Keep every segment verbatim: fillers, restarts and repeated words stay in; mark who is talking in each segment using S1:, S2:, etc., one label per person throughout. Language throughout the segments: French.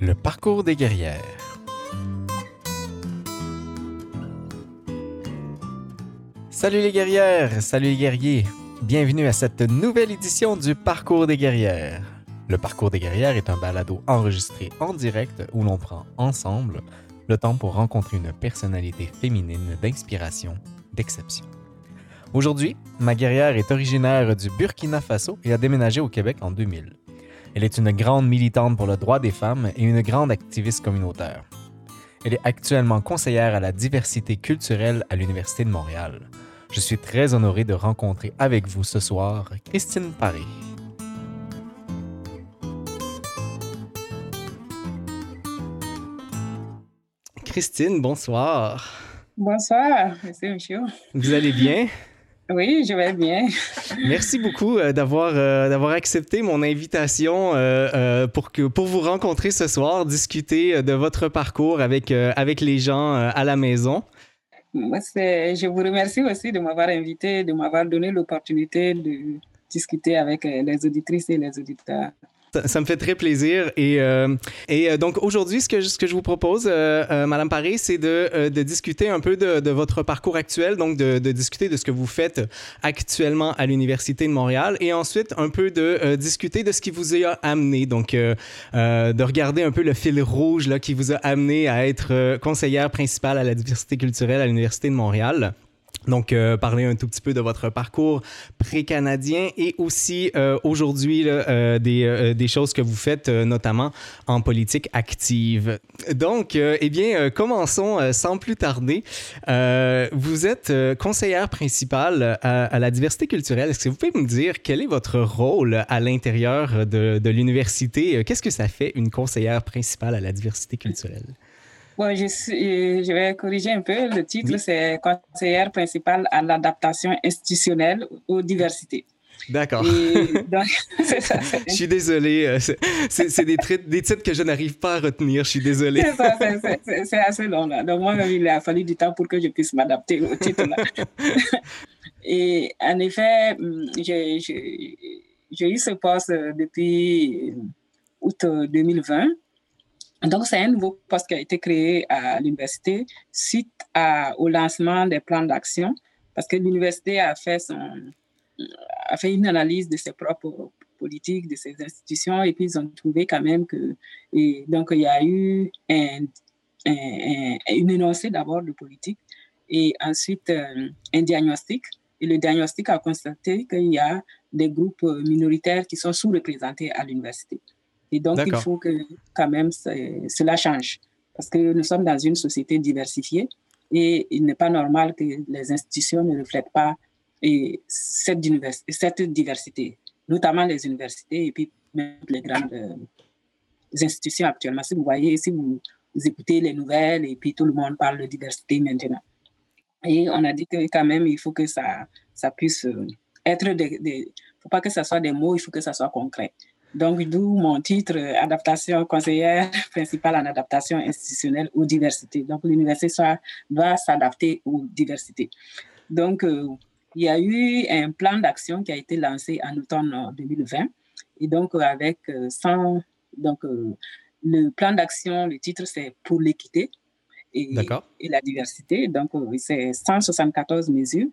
S1: Le parcours des guerrières. Salut les guerrières, salut les guerriers. Bienvenue à cette nouvelle édition du Parcours des guerrières. Le Parcours des guerrières est un balado enregistré en direct où l'on prend ensemble le temps pour rencontrer une personnalité féminine d'inspiration, d'exception. Aujourd'hui, ma guerrière est originaire du Burkina Faso et a déménagé au Québec en deux mille. Elle est une grande militante pour le droit des femmes et une grande activiste communautaire. Elle est actuellement conseillère à la diversité culturelle à l'Université de Montréal. Je suis très honoré de rencontrer avec vous ce soir Christine Paré. Christine, bonsoir.
S2: Bonsoir, monsieur Michaud.
S1: Vous allez bien?
S2: Oui, je vais bien.
S1: Merci beaucoup euh, d'avoir, euh, d'avoir accepté mon invitation euh, euh, pour, que, pour vous rencontrer ce soir, discuter de votre parcours avec, euh, avec les gens euh, à la maison.
S2: Moi, c'est, je vous remercie aussi de m'avoir invité, de m'avoir donné l'opportunité de discuter avec les auditrices et les auditeurs.
S1: Ça, ça me fait très plaisir. Et, euh, et donc, aujourd'hui, ce que, ce que je vous propose, euh, euh, Madame Paré, c'est de, euh, de discuter un peu de, de votre parcours actuel, donc de, de discuter de ce que vous faites actuellement à l'Université de Montréal et ensuite un peu de euh, discuter de ce qui vous a amené, donc euh, euh, de regarder un peu le fil rouge là, qui vous a amené à être euh, conseillère principale à la diversité culturelle à l'Université de Montréal. Donc, euh, parler un tout petit peu de votre parcours pré-canadien et aussi euh, aujourd'hui là, euh, des, euh, des choses que vous faites, euh, notamment en politique active. Donc, euh, eh bien, euh, commençons euh, sans plus tarder. Euh, vous êtes euh, conseillère principale à, à la diversité culturelle. Est-ce que vous pouvez me dire quel est votre rôle à l'intérieur de, de l'université? Qu'est-ce que ça fait une conseillère principale à la diversité culturelle?
S2: Bon, je, suis, je vais corriger un peu. Le titre, oui. C'est conseillère principale à l'adaptation institutionnelle aux diversités.
S1: D'accord.
S2: Et donc, c'est ça. C'est...
S1: Je suis désolé. C'est, c'est, c'est des, tri- des titres que je n'arrive pas à retenir. Je suis désolé.
S2: C'est ça, c'est, c'est, c'est, c'est assez long là. Donc, moi-même, il a fallu du temps pour que je puisse m'adapter au titre là. Et en effet, j'ai, j'ai, j'ai eu ce poste depuis août deux mille vingt. Donc, c'est un nouveau poste qui a été créé à l'université suite à, au lancement des plans d'action, parce que l'université a fait, son, a fait une analyse de ses propres politiques, de ses institutions, et puis ils ont trouvé quand même que... Et donc, il y a eu un, un, un, une énoncée d'abord de politique, et ensuite euh, un diagnostic. Et le diagnostic a constaté qu'il y a des groupes minoritaires qui sont sous-représentés à l'université. Et donc, D'accord. Il faut que quand même cela change. Parce que nous sommes dans une société diversifiée et il n'est pas normal que les institutions ne reflètent pas et cette, cette diversité, notamment les universités et puis même les grandes institutions actuellement. Si vous voyez, si vous, vous écoutez les nouvelles et puis tout le monde parle de diversité maintenant. Et on a dit que quand même, il faut que ça, ça puisse être des... Il ne faut pas que ce soit des mots, il faut que ça soit concret. Donc, d'où mon titre, adaptation conseillère principale en adaptation institutionnelle aux diversités. Donc, l'université soit, doit s'adapter aux diversités. Donc, euh, il y a eu un plan d'action qui a été lancé en automne deux mille vingt. Et donc, avec euh, cent, donc, euh, le plan d'action, le titre, c'est pour l'équité et, et la diversité. Donc, euh, c'est cent soixante-quatorze mesures.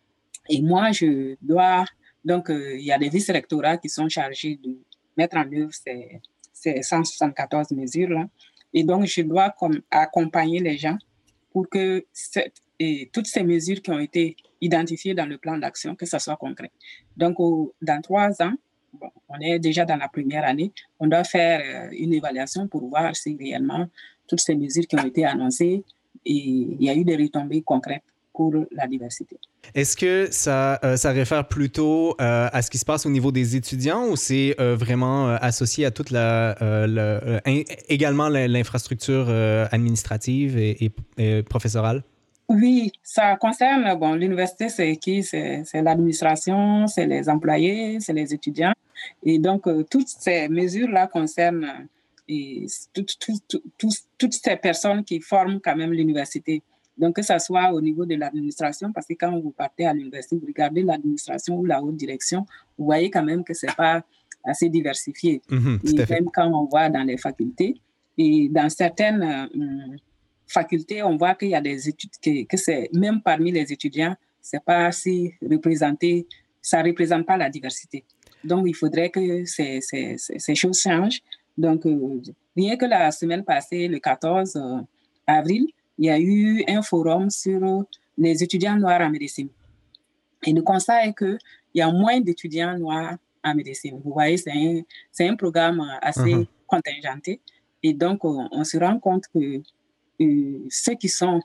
S2: Et moi, je dois... Donc, euh, il y a des vice-rectorats qui sont chargés de mettre en œuvre ces, ces cent soixante-quatorze mesures-là. Et donc, je dois comme, accompagner les gens pour que cette, et toutes ces mesures qui ont été identifiées dans le plan d'action, que ça soit concret. Donc, au, dans trois ans, bon, on est déjà dans la première année, on doit faire euh, une évaluation pour voir si réellement toutes ces mesures qui ont été annoncées, et il y a eu des retombées concrètes pour la diversité.
S1: Est-ce que ça, euh, ça réfère plutôt euh, à ce qui se passe au niveau des étudiants ou c'est euh, vraiment euh, associé à toute la, euh, le, euh, in, également l'infrastructure euh, administrative et, et, et professorale?
S2: Oui, ça concerne, bon, l'université, c'est qui? C'est, c'est l'administration, c'est les employés, c'est les étudiants. Et donc, euh, toutes ces mesures-là concernent et, tout, tout, tout, tout, toutes ces personnes qui forment quand même l'université. Donc, que ce soit au niveau de l'administration, parce que quand vous partez à l'université, vous regardez l'administration ou la haute direction, vous voyez quand même que ce n'est pas assez diversifié.
S1: Mmh,
S2: et même quand on voit dans les facultés, Et dans certaines euh, facultés, on voit qu'il y a des études, que, que c'est, même parmi les étudiants, c'est pas si représenté, ça représente pas la diversité. Donc, il faudrait que ces, ces, ces choses changent. Donc, euh, rien que la semaine passée, le quatorze avril, il y a eu un forum sur les étudiants noirs en médecine. Et le constat est qu'il y a moins d'étudiants noirs en médecine. Vous voyez, c'est un, c'est un programme assez uh-huh. contingenté. Et donc, on, on se rend compte que euh, ceux qui sont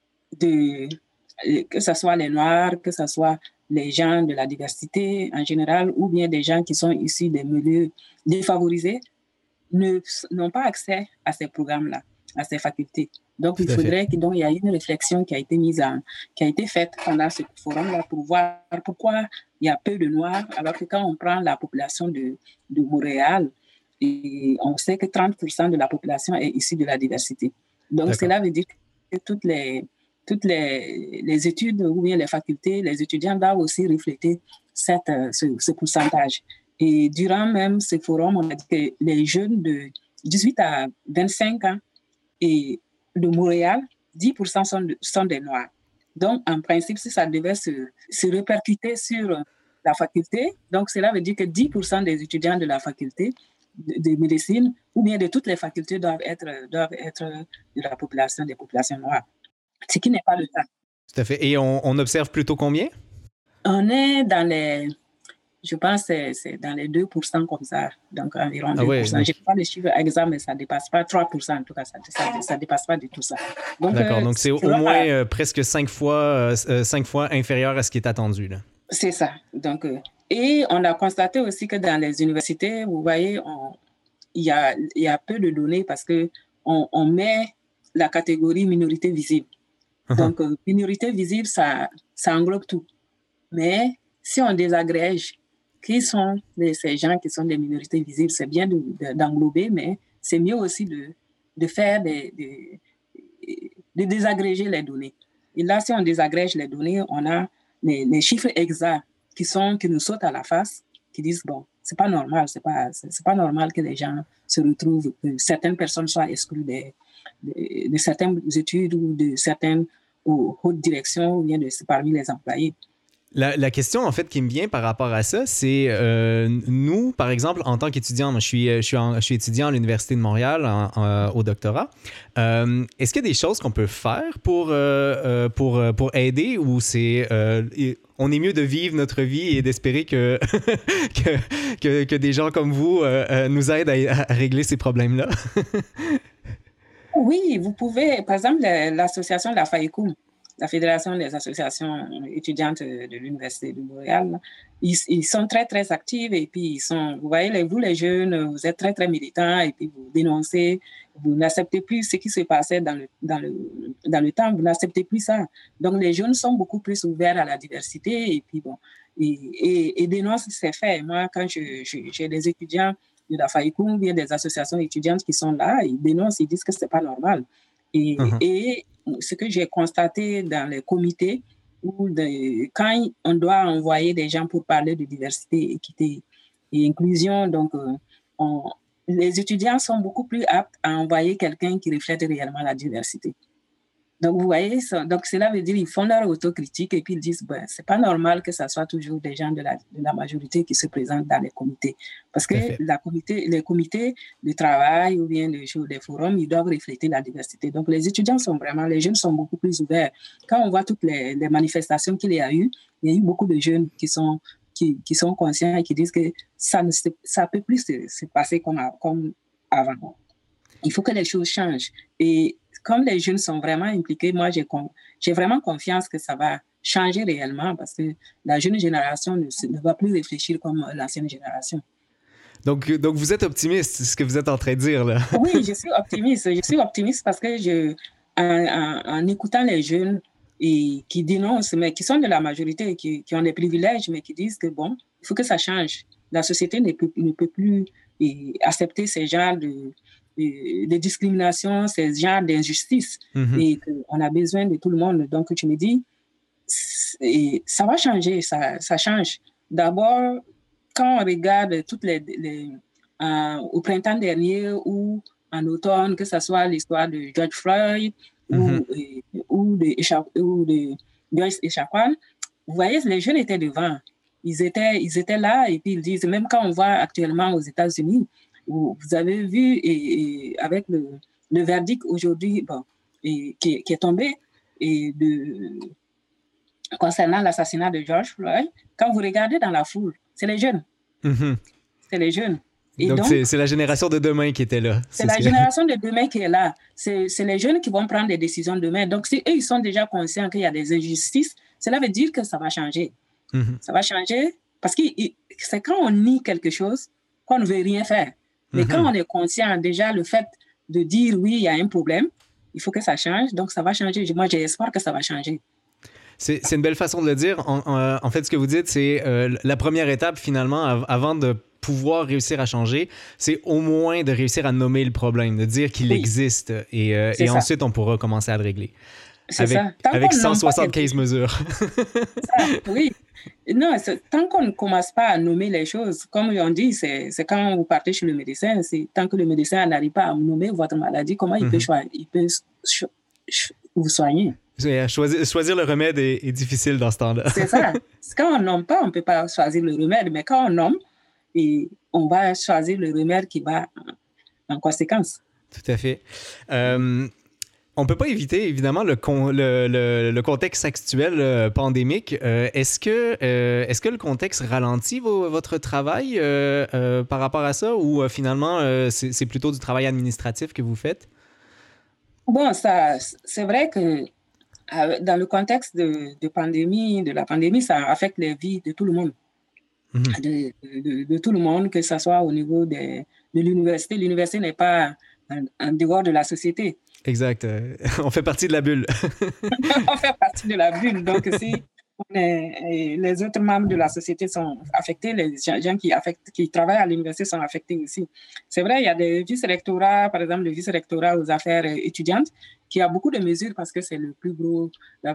S2: de, que ce soit les Noirs, que ce soit les gens de la diversité en général, ou bien des gens qui sont issus des milieux défavorisés, ne, n'ont pas accès à ces programmes-là, à ces facultés. Donc, Tout il faudrait qu'il y ait une réflexion qui a été mise en, qui a été faite pendant ce forum-là pour voir pourquoi il y a peu de Noirs, alors que quand on prend la population de, de Montréal, et on sait que trente pour cent de la population est issue de la diversité. Donc, D'accord. Cela veut dire que toutes les, toutes les, les études ou bien les facultés, les étudiants doivent aussi refléter cette, ce, ce pourcentage. Et durant même ce forum, on a dit que les jeunes de dix-huit à vingt-cinq ans et de Montréal, dix pour cent sont, de, sont des Noirs. Donc, en principe, si ça devait se, se répercuter sur la faculté, donc cela veut dire que dix pour cent des étudiants de la faculté de, de médecine ou bien de toutes les facultés doivent être, doivent être de la population, des populations noires. Ce qui n'est pas le cas.
S1: Tout à fait. Et on, on observe plutôt combien?
S2: On est dans les... Je pense que c'est, c'est dans les deux pour cent comme ça, donc environ deux pour cent. Ah ouais, je n'ai pas le chiffre exact, mais ça ne dépasse pas trois pour cent en tout cas, ça ne dépasse pas du tout ça.
S1: Donc, D'accord, euh, donc c'est, c'est au moins euh, presque cinq fois, euh, cinq fois inférieur à ce qui est attendu. Là.
S2: C'est ça. Donc, euh, et on a constaté aussi que dans les universités, vous voyez, il y a, y a peu de données parce qu'on on met la catégorie minorité visible. Uh-huh. Donc, euh, minorité visible, ça, ça englobe tout. Mais si on désagrège qui sont les, ces gens qui sont des minorités visibles, c'est bien de, de, d'englober, mais c'est mieux aussi de, de faire des, des, de désagréger les données. Et là, si on désagrège les données, on a les, les chiffres exacts qui, sont, qui nous sautent à la face, qui disent, bon, c'est pas normal, c'est pas, c'est, c'est pas normal que les gens se retrouvent, que certaines personnes soient exclues de, de, de certaines études ou de certaines hautes directions ou bien de, parmi les employés.
S1: La, la question, en fait, qui me vient par rapport à ça, c'est euh, nous, par exemple, en tant qu'étudiant, moi, je suis, je suis, en, je suis étudiant à l'Université de Montréal en, en, au doctorat. Euh, est-ce qu'il y a des choses qu'on peut faire pour, euh, pour, pour aider ou c'est... Euh, on est mieux de vivre notre vie et d'espérer que, que, que, que des gens comme vous euh, nous aident à, à régler ces problèmes-là?
S2: Oui, vous pouvez. Par exemple, l'association de la FAECOUM, la Fédération des associations étudiantes de l'Université de Montréal, ils, ils sont très, très actifs et puis ils sont, vous voyez, les, vous les jeunes, vous êtes très, très militants et puis vous dénoncez, vous n'acceptez plus ce qui se passait dans le, dans le, dans le temps, vous n'acceptez plus ça. Donc, les jeunes sont beaucoup plus ouverts à la diversité et puis bon, et, et, et dénoncent ces faits. Moi, quand je, je, j'ai des étudiants de la FAECOUM, bien des associations étudiantes qui sont là, ils dénoncent, ils disent que c'est pas normal. Et, uh-huh. et ce que j'ai constaté dans les comités, où de, quand on doit envoyer des gens pour parler de diversité, équité et inclusion, donc euh, on, les étudiants sont beaucoup plus aptes à envoyer quelqu'un qui reflète réellement la diversité. Donc, vous voyez, ça, donc cela veut dire qu'ils font leur autocritique et puis ils disent, ben, c'est pas normal que ça soit toujours des gens de la, de la majorité qui se présentent dans les comités. Parce que la comité, les comités de travail ou bien les, les forums, ils doivent refléter la diversité. Donc, les étudiants sont vraiment, les jeunes sont beaucoup plus ouverts. Quand on voit toutes les, les manifestations qu'il y a eu, il y a eu beaucoup de jeunes qui sont, qui, qui sont conscients et qui disent que ça ne ça peut plus se, se passer comme, comme avant. Il faut que les choses changent. Et comme les jeunes sont vraiment impliqués, moi, j'ai, j'ai vraiment confiance que ça va changer réellement parce que la jeune génération ne, ne va plus réfléchir comme l'ancienne génération.
S1: Donc, donc, vous êtes optimiste, c'est ce que vous êtes en train de dire, là.
S2: Oui, je suis optimiste. Je suis optimiste parce que je, en, en, en écoutant les jeunes et qui dénoncent, mais qui sont de la majorité, qui, qui ont des privilèges, mais qui disent que, bon, il faut que ça change. La société ne peut, ne peut plus et, accepter ces genres de... de discrimination, ces genres d'injustice mm-hmm. et qu'on a besoin de tout le monde. Donc, tu me dis, et ça va changer, ça, ça change. D'abord, quand on regarde toutes les... les euh, au printemps dernier où en automne, que ce soit l'histoire de George Floyd mm-hmm. ou, et, ou de, ou de Joyce Echaquan, vous voyez, les jeunes étaient devant. Ils étaient, ils étaient là et puis ils disent, même quand on voit actuellement aux États-Unis, où vous avez vu, et, et avec le, le verdict aujourd'hui bon, et, qui, qui est tombé et de, concernant l'assassinat de George Floyd, quand vous regardez dans la foule, c'est les jeunes. Mm-hmm. C'est les jeunes.
S1: Et donc, donc c'est, c'est la génération de demain qui était là.
S2: C'est, c'est la que... génération de demain qui est là. C'est, c'est les jeunes qui vont prendre des décisions demain. Donc, si eux, ils sont déjà conscients qu'il y a des injustices, cela veut dire que ça va changer. Mm-hmm. Ça va changer parce que c'est quand on nie quelque chose qu'on ne veut rien faire. Mais mm-hmm. quand on est conscient, déjà, le fait de dire oui, il y a un problème, il faut que ça change. Donc, ça va changer. Moi, j'ai espoir que ça va changer.
S1: C'est, c'est une belle façon de le dire. En, en, en fait, ce que vous dites, c'est euh, la première étape, finalement, av- avant de pouvoir réussir à changer, c'est au moins de réussir à nommer le problème, de dire qu'il oui. existe. Et, euh, et ensuite, on pourra commencer à le régler.
S2: C'est
S1: avec,
S2: ça. Tant
S1: avec cent soixante-quinze mesures.
S2: Ça, oui. Non, tant qu'on ne commence pas à nommer les choses, comme on dit, c'est, c'est quand vous partez chez le médecin, c'est tant que le médecin n'arrive pas à nommer votre maladie, comment il mm-hmm. peut, choisir, il peut cho- cho- vous soigner.
S1: Choisir, choisir le remède est, est difficile dans ce temps-là.
S2: C'est ça. Quand on nomme pas, on ne peut pas choisir le remède, mais quand on nomme, et on va choisir le remède qui va en, en conséquence.
S1: Tout à fait. Euh, on ne peut pas éviter, évidemment, le, con, le, le, le contexte actuel euh, pandémique. Euh, est-ce, que, euh, est-ce que le contexte ralentit vos, votre travail euh, euh, par rapport à ça ou euh, finalement, euh, c'est, c'est plutôt du travail administratif que vous faites?
S2: Bon, ça, c'est vrai que dans le contexte de, de pandémie, de la pandémie, ça affecte les vies de tout le monde. Mmh. De, de, de tout le monde, que ce soit au niveau de, de l'université. L'université n'est pas en, en dehors de la société.
S1: Exact. Euh, on fait partie de la bulle.
S2: On fait partie de la bulle. Donc, si on est, les autres membres de la société sont affectés, les gens qui, affectent, qui travaillent à l'université sont affectés aussi. C'est vrai, il y a des vice-rectorats, par exemple, le vice-rectorat aux affaires étudiantes, qui a beaucoup de mesures parce que c'est le plus gros,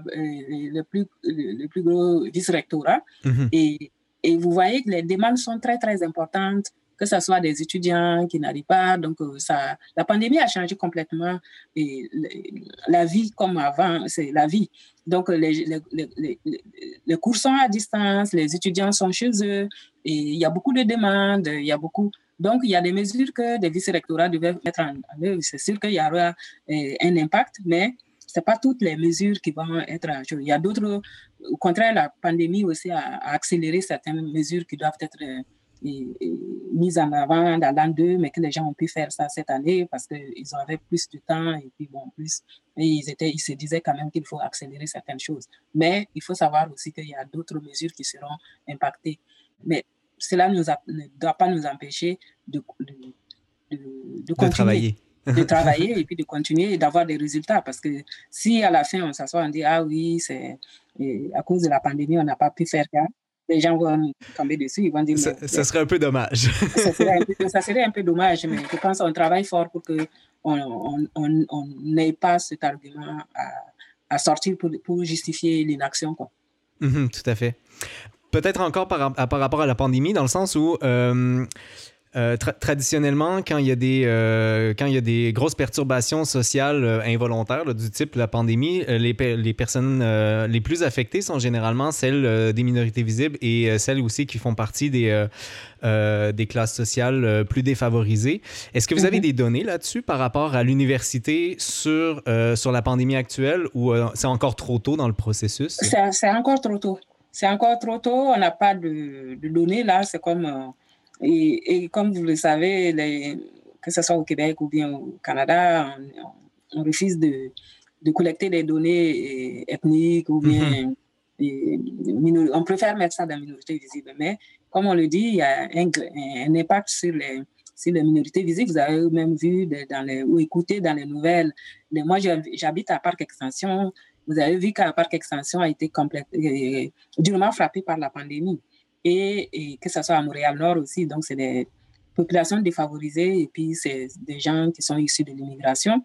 S2: le plus, le plus gros vice-rectorat. Mmh. Et Et vous voyez que les demandes sont très, très importantes, que ce soit des étudiants qui n'arrivent pas. Donc, ça, la pandémie a changé complètement et la vie comme avant, c'est la vie. Donc, les, les, les, les, les cours sont à distance, les étudiants sont chez eux et il y a beaucoup de demandes, il y a beaucoup... Donc, il y a des mesures que des vice-rectorats devaient mettre en œuvre. C'est sûr qu'il y aura un impact, mais ce n'est pas toutes les mesures qui vont être à jour. Il y a d'autres... Au contraire, la pandémie aussi a, a accéléré certaines mesures qui doivent être euh, et, et, mises en avant dans l'an deux, mais que les gens ont pu faire ça cette année parce qu'ils avaient plus de temps et puis bon, plus... Et ils, étaient, ils se disaient quand même qu'il faut accélérer certaines choses. Mais il faut savoir aussi qu'il y a d'autres mesures qui seront impactées. Mais cela nous a, ne doit pas nous empêcher de, de, de, de continuer.
S1: De travailler.
S2: de travailler et puis de continuer et d'avoir des résultats. Parce que si à la fin, on s'assoit, on dit « Ah oui, c'est à cause de la pandémie, on n'a pas pu faire ça », les gens vont tomber dessus, ils vont dire «
S1: Ça, ça serait un peu dommage. »
S2: ça, serait un peu, ça serait un peu dommage, mais je pense qu'on travaille fort pour qu'on on, on, on n'ait pas cet argument à, à sortir pour, pour justifier l'inaction, quoi.
S1: Mm-hmm, tout à fait. Peut-être encore par, par rapport à la pandémie, dans le sens où... Euh, Euh, tra- traditionnellement, quand il y a des euh, quand il y a des grosses perturbations sociales euh, involontaires là, du type la pandémie, euh, les, pe- les personnes euh, les plus affectées sont généralement celles euh, des minorités visibles et euh, celles aussi qui font partie des euh, euh, des classes sociales euh, plus défavorisées. Est-ce que vous avez mm-hmm. des données là-dessus par rapport à l'université sur euh, sur la pandémie actuelle ou euh, c'est encore trop tôt dans le processus?
S2: C'est, c'est encore trop tôt. C'est encore trop tôt. On n'a pas de, de données là. C'est comme euh... Et, et comme vous le savez, les, que ce soit au Québec ou bien au Canada, on, on refuse de, de collecter des données ethniques ou bien mm-hmm. et, minor, on préfère mettre ça dans minorité visible. Mais comme on le dit, il y a un, un impact sur les, sur les minorités visibles. Vous avez même vu dans les, ou écouté dans les nouvelles. Les, moi, j'habite à Parc Extension. Vous avez vu qu'à Parc Extension a été complète, euh, durement frappé par la pandémie. Et, et que ce soit à Montréal-Nord aussi. Donc, c'est des populations défavorisées et puis c'est des gens qui sont issus de l'immigration.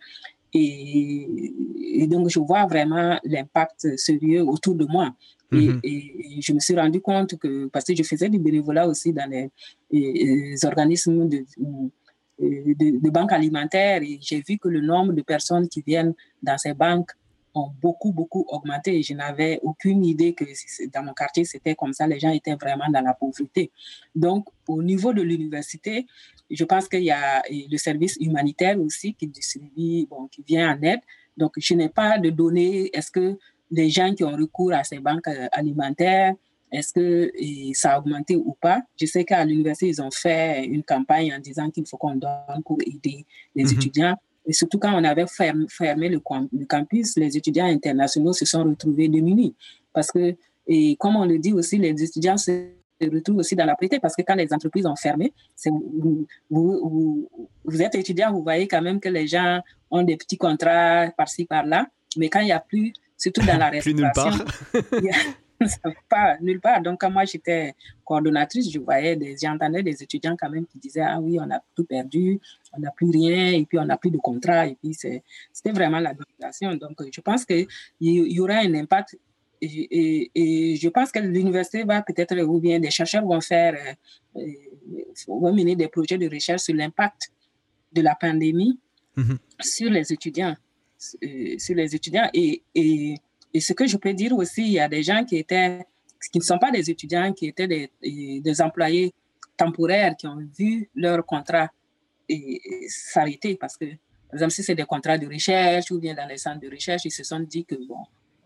S2: Et, et donc, je vois vraiment l'impact sérieux autour de moi. Mm-hmm. Et, et, et je me suis rendu compte que, parce que je faisais du bénévolat aussi dans les, les organismes de, de, de banques alimentaires et j'ai vu que le nombre de personnes qui viennent dans ces banques ont beaucoup, beaucoup augmenté. Je n'avais aucune idée que dans mon quartier, c'était comme ça. Les gens étaient vraiment dans la pauvreté. Donc, au niveau de l'université, je pense qu'il y a le service humanitaire aussi qui distribue, bon, qui vient en aide. Donc, je n'ai pas de données. Est-ce que les gens qui ont recours à ces banques alimentaires, est-ce que ça a augmenté ou pas? Je sais qu'à l'université, ils ont fait une campagne en disant qu'il faut qu'on donne pour aider les mmh. étudiants. Et surtout quand on avait fermé, fermé le, le campus, les étudiants internationaux se sont retrouvés démunis. Parce que, et comme on le dit aussi, les étudiants se retrouvent aussi dans la précarité parce que quand les entreprises ont fermé, c'est, vous, vous, vous, vous êtes étudiant, vous voyez quand même que les gens ont des petits contrats par-ci, par-là. Mais quand il n'y a plus, surtout dans la restauration, il y a, ça ne va pas nulle part. Donc, quand moi, j'étais coordonnatrice, je voyais des, j'entendais des étudiants quand même qui disaient « Ah oui, on a tout perdu, on n'a plus rien, et puis on n'a plus de contrat. » Et puis, c'est, c'était vraiment la domination. Donc, je pense qu'il y, y aura un impact. Et, et, et je pense que l'université va peut-être, ou bien des chercheurs vont faire, euh, vont mener des projets de recherche sur l'impact de la pandémie mm-hmm. sur les étudiants. Euh, sur les étudiants. Et, et Et ce que je peux dire aussi, il y a des gens qui étaient, qui ne sont pas des étudiants, qui étaient des, des employés temporaires qui ont vu leur contrat et, et s'arrêter parce que, par exemple, si c'est des contrats de recherche ou bien dans les centres de recherche, ils se sont dit que bon,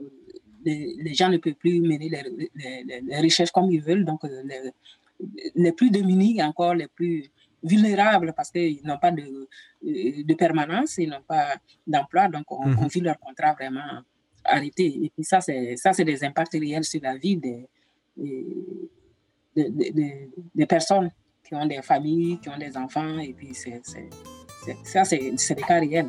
S2: les, les gens ne peuvent plus mener les, les, les recherches comme ils veulent, donc les, les plus démunis, encore les plus vulnérables parce qu'ils n'ont pas de, de permanence, ils n'ont pas d'emploi, donc on, mmh. on vit leur contrat vraiment arrêter. Et puis ça, c'est, ça, c'est des impacts réels sur la vie des, des, des, des, des personnes qui ont des familles, qui ont des enfants. Et puis c'est, c'est, c'est, ça, c'est, c'est des cas réels.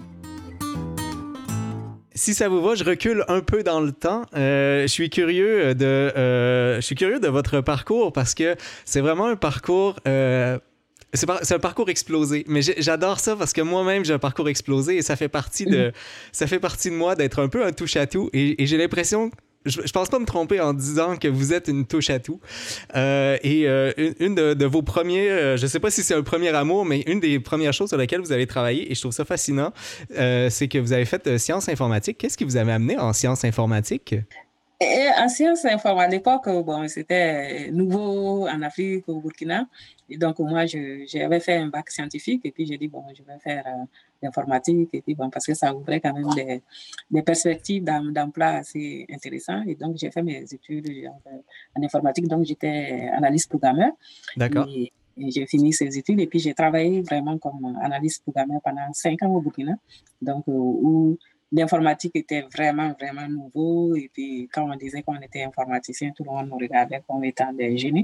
S1: Si ça vous va, je recule un peu dans le temps. Euh, je suis curieux de, euh, je suis curieux de votre parcours parce que c'est vraiment un parcours... Euh, C'est, par, c'est un parcours explosé, mais j'adore ça parce que moi-même, j'ai un parcours explosé et ça fait partie de, ça fait partie de moi d'être un peu un touche-à-tout et, et j'ai l'impression, je, je pense pas me tromper en disant que vous êtes une touche-à-tout. Euh, et euh, une, une de, de vos premiers, euh, je sais pas si c'est un premier amour, mais une des premières choses sur lesquelles vous avez travaillé, et je trouve ça fascinant, euh, c'est que vous avez fait euh, sciences informatiques. Qu'est-ce qui vous avait amené en sciences informatiques?
S2: Et en sciences informatiques, à l'époque, bon, c'était nouveau en Afrique, au Burkina. Et donc, moi, je, j'avais fait un bac scientifique et puis j'ai dit, bon, je vais faire euh, l'informatique. Et puis, bon, parce que ça ouvrait quand même des, des perspectives d'emploi assez intéressantes. Et donc, j'ai fait mes études en, en informatique. Donc, j'étais analyste programmeur.
S1: D'accord.
S2: Et, et j'ai fini ces études et puis j'ai travaillé vraiment comme analyste programmeur pendant cinq ans au Burkina. Donc, euh, où l'informatique était vraiment, vraiment nouveau. Et puis, quand on disait qu'on était informaticien, tout le monde nous regardait comme étant des génies.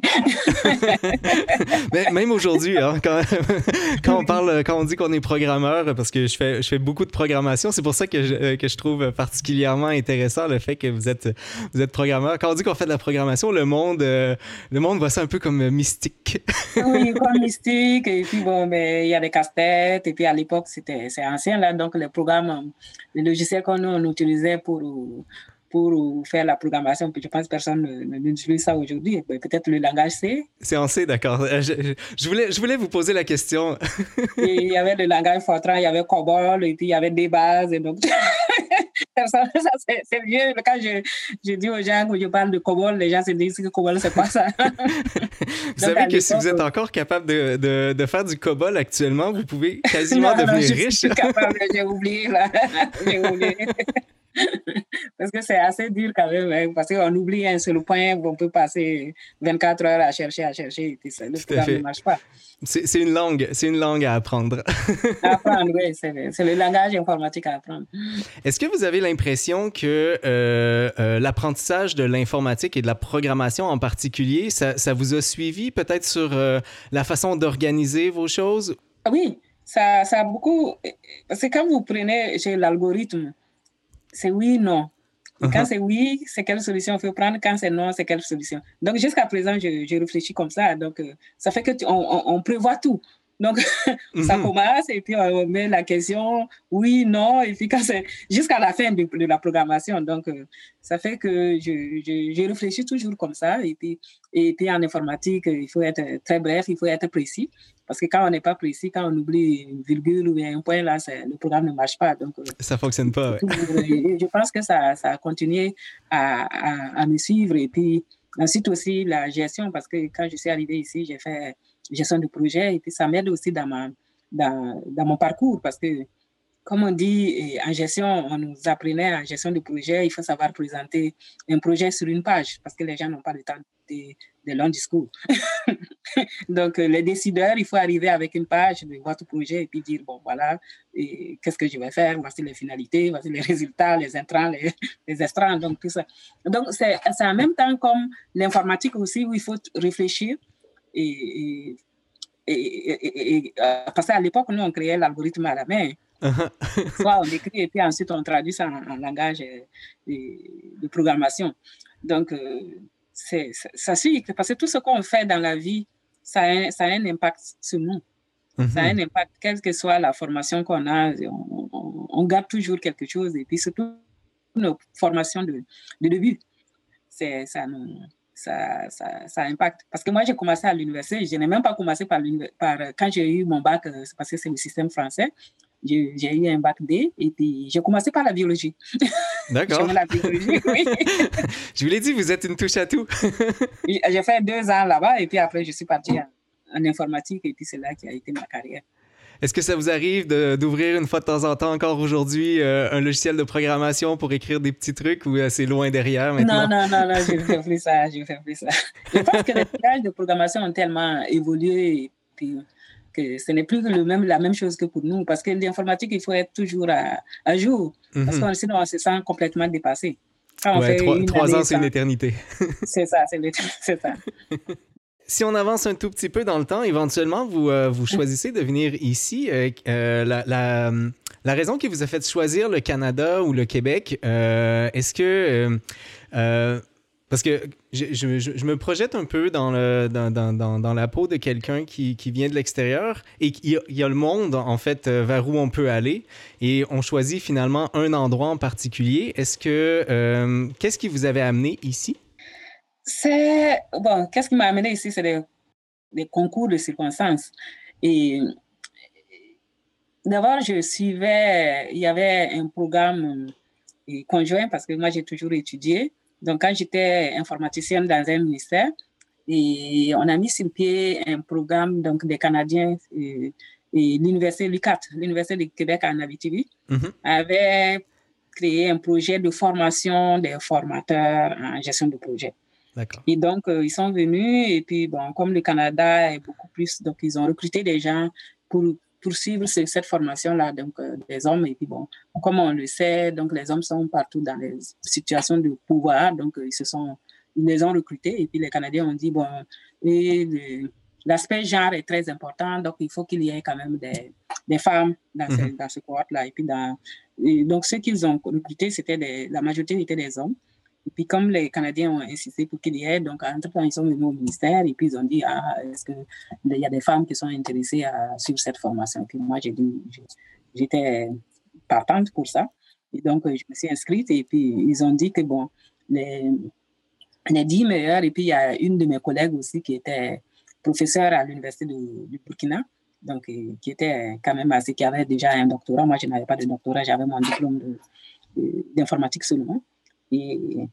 S1: Mais même aujourd'hui, hein, quand, quand, on parle, quand on dit qu'on est programmeur, parce que je fais, je fais beaucoup de programmation, c'est pour ça que je, que je trouve particulièrement intéressant le fait que vous êtes, vous êtes programmeur. Quand on dit qu'on fait de la programmation, le monde, euh, le monde voit ça un peu comme mystique.
S2: Oui, comme mystique. Et puis, bon, ben, il y a des casse-têtes. Et puis, à l'époque, c'était, c'est ancien, là. Donc, les programmes, les logiciels qu'on on utilisait pour, pour faire la programmation, puis je pense que personne ne, n'utilise ça aujourd'hui. Peut-être le langage C.
S1: C'est en C, d'accord. Je, je, voulais, je voulais vous poser la question.
S2: Et il y avait le langage Fortran, il y avait COBOL, et puis il y avait des bases. Et donc, ça, c'est, c'est vieux. Quand je, je dis aux gens que je parle de COBOL, les gens se disent que COBOL, c'est pas ça.
S1: Vous donc, savez que si vous êtes encore capable de, de, de faire du COBOL actuellement, vous pouvez quasiment non, devenir
S2: non,
S1: riche.
S2: Je suis capable, j'ai oublié, là. J'ai oublié. Parce que c'est assez dur quand même, hein, parce qu'on oublie un seul point, on peut passer vingt-quatre heures à chercher, à chercher, et puis ça, le programme ne marche pas.
S1: C'est, c'est une langue, c'est une langue à apprendre.
S2: À apprendre, oui, c'est, c'est le langage informatique à apprendre.
S1: Est-ce que vous avez l'impression que euh, euh, l'apprentissage de l'informatique et de la programmation en particulier, ça, ça vous a suivi peut-être sur euh, la façon d'organiser vos choses?
S2: Oui, ça, ça a beaucoup... Parce que quand vous prenez chez l'algorithme, c'est oui, non. Et quand uh-huh. c'est oui, c'est quelle solution il faut prendre. Quand c'est non, c'est quelle solution. Donc, jusqu'à présent, je, je réfléchis comme ça. Donc, euh, ça fait que tu, on, on, on prévoit tout. Donc, mm-hmm. ça commence et puis on met la question oui, non, et puis quand c'est jusqu'à la fin de, de la programmation. Donc, euh, ça fait que je, je, je réfléchis toujours comme ça. Et puis, et puis en informatique, il faut être très bref, il faut être précis. Parce que quand on n'est pas précis, quand on oublie une virgule ou un point, là, le programme ne marche pas. Donc,
S1: ça ne fonctionne pas.
S2: Tout, ouais. Je pense que ça, ça a continué à, à, à me suivre. Et puis, ensuite aussi, la gestion, parce que quand je suis arrivée ici, j'ai fait gestion de projet. Et puis, ça m'aide aussi dans, ma, dans, dans mon parcours. Parce que, comme on dit, en gestion, on nous apprenait en gestion de projet, il faut savoir présenter un projet sur une page parce que les gens n'ont pas le temps de, de longs discours. Donc, les décideurs, il faut arriver avec une page de votre projet et puis dire, bon, voilà, et qu'est-ce que je vais faire, voici les finalités, voici les résultats, les intrants, les, les extrants, donc tout ça. Donc, c'est, c'est en même temps comme l'informatique aussi où il faut réfléchir et, et, et, et, et parce qu'à l'époque, nous, on créait l'algorithme à la main. Soit on écrit et puis ensuite on traduit ça en, en langage de, de programmation. Donc, euh, c'est, ça, ça suit, parce que tout ce qu'on fait dans la vie, ça a, ça a un impact sur nous. Mm-hmm. Ça a un impact, quelle que soit la formation qu'on a, on, on, on garde toujours quelque chose. Et puis surtout, nos formations de, de début, c'est, ça, nous, ça, ça, ça impacte. Parce que moi, j'ai commencé à l'université, je n'ai même pas commencé par, par quand j'ai eu mon bac, c'est parce que c'est le système français. J'ai, j'ai eu un bac D et puis j'ai commencé par la biologie.
S1: D'accord.
S2: J'ai la biologie, oui.
S1: Je vous l'ai dit, vous êtes une touche à tout.
S2: J'ai fait deux ans là-bas et puis après, je suis partie en, en informatique et puis c'est là qui a été ma carrière.
S1: Est-ce que ça vous arrive de, d'ouvrir une fois de temps en temps, encore aujourd'hui, euh, un logiciel de programmation pour écrire des petits trucs ou euh, c'est loin derrière maintenant?
S2: Non, non, non, non, je ne fais plus ça, je ne fais plus ça. Je pense que les langages de programmation ont tellement évolué et puis que ce n'est plus le même, la même chose que pour nous. Parce que l'informatique, il faut être toujours à, à jour. Mm-hmm. Parce que sinon, on se sent complètement dépassé.
S1: Quand on ouais, fait trois, une trois ans, c'est une éternité.
S2: C'est ça, c'est, c'est ça.
S1: Si on avance un tout petit peu dans le temps, éventuellement, vous, euh, vous choisissez de venir ici. Euh, euh, la, la, la raison qui vous a fait choisir le Canada ou le Québec, euh, est-ce que... Euh, euh, Parce que je, je, je me projette un peu dans, le, dans, dans, dans la peau de quelqu'un qui, qui vient de l'extérieur et il y, a, il y a le monde, en fait, vers où on peut aller et on choisit finalement un endroit en particulier. Est-ce que... Euh, qu'est-ce qui vous avait amené ici?
S2: C'est... Bon, qu'est-ce qui m'a amené ici? C'est des, des concours de circonstances. Et d'abord, je suivais... Il y avait un programme conjoint parce que moi, j'ai toujours étudié. Donc, quand j'étais informaticienne dans un ministère, et on a mis sur pied un programme donc, des Canadiens et, et l'université l'U Q A T, l'Université du Québec en Abitibi, mm-hmm. avait créé un projet de formation des formateurs en gestion de projet.
S1: D'accord.
S2: Et donc, euh, ils sont venus et puis, bon, comme le Canada est beaucoup plus, donc ils ont recruté des gens pour poursuivre cette formation-là, donc euh, des hommes. Et puis bon, comme on le sait, donc les hommes sont partout dans les situations de pouvoir, donc euh, ils se sont, ils les ont recrutés. Et puis les Canadiens ont dit bon, et le, l'aspect genre est très important, donc il faut qu'il y ait quand même des, des femmes dans, mm-hmm. ce, dans ce cohorte-là. Et puis dans, et donc ceux qu'ils ont recrutés, c'était des, la majorité étaient des hommes. Et puis, comme les Canadiens ont insisté pour qu'il y ait, donc, entre-temps, ils sont venus au ministère et puis ils ont dit, ah, est-ce qu'il y a des femmes qui sont intéressées à suivre cette formation? Et puis, moi, j'ai dit, j'étais partante pour ça. Et donc, je me suis inscrite et puis, ils ont dit que, bon, les, les dix meilleurs, et puis, il y a une de mes collègues aussi qui était professeure à l'Université du, du Burkina, donc, qui était quand même assez, qui avait déjà un doctorat. Moi, je n'avais pas de doctorat, j'avais mon diplôme de, de, d'informatique seulement. Et,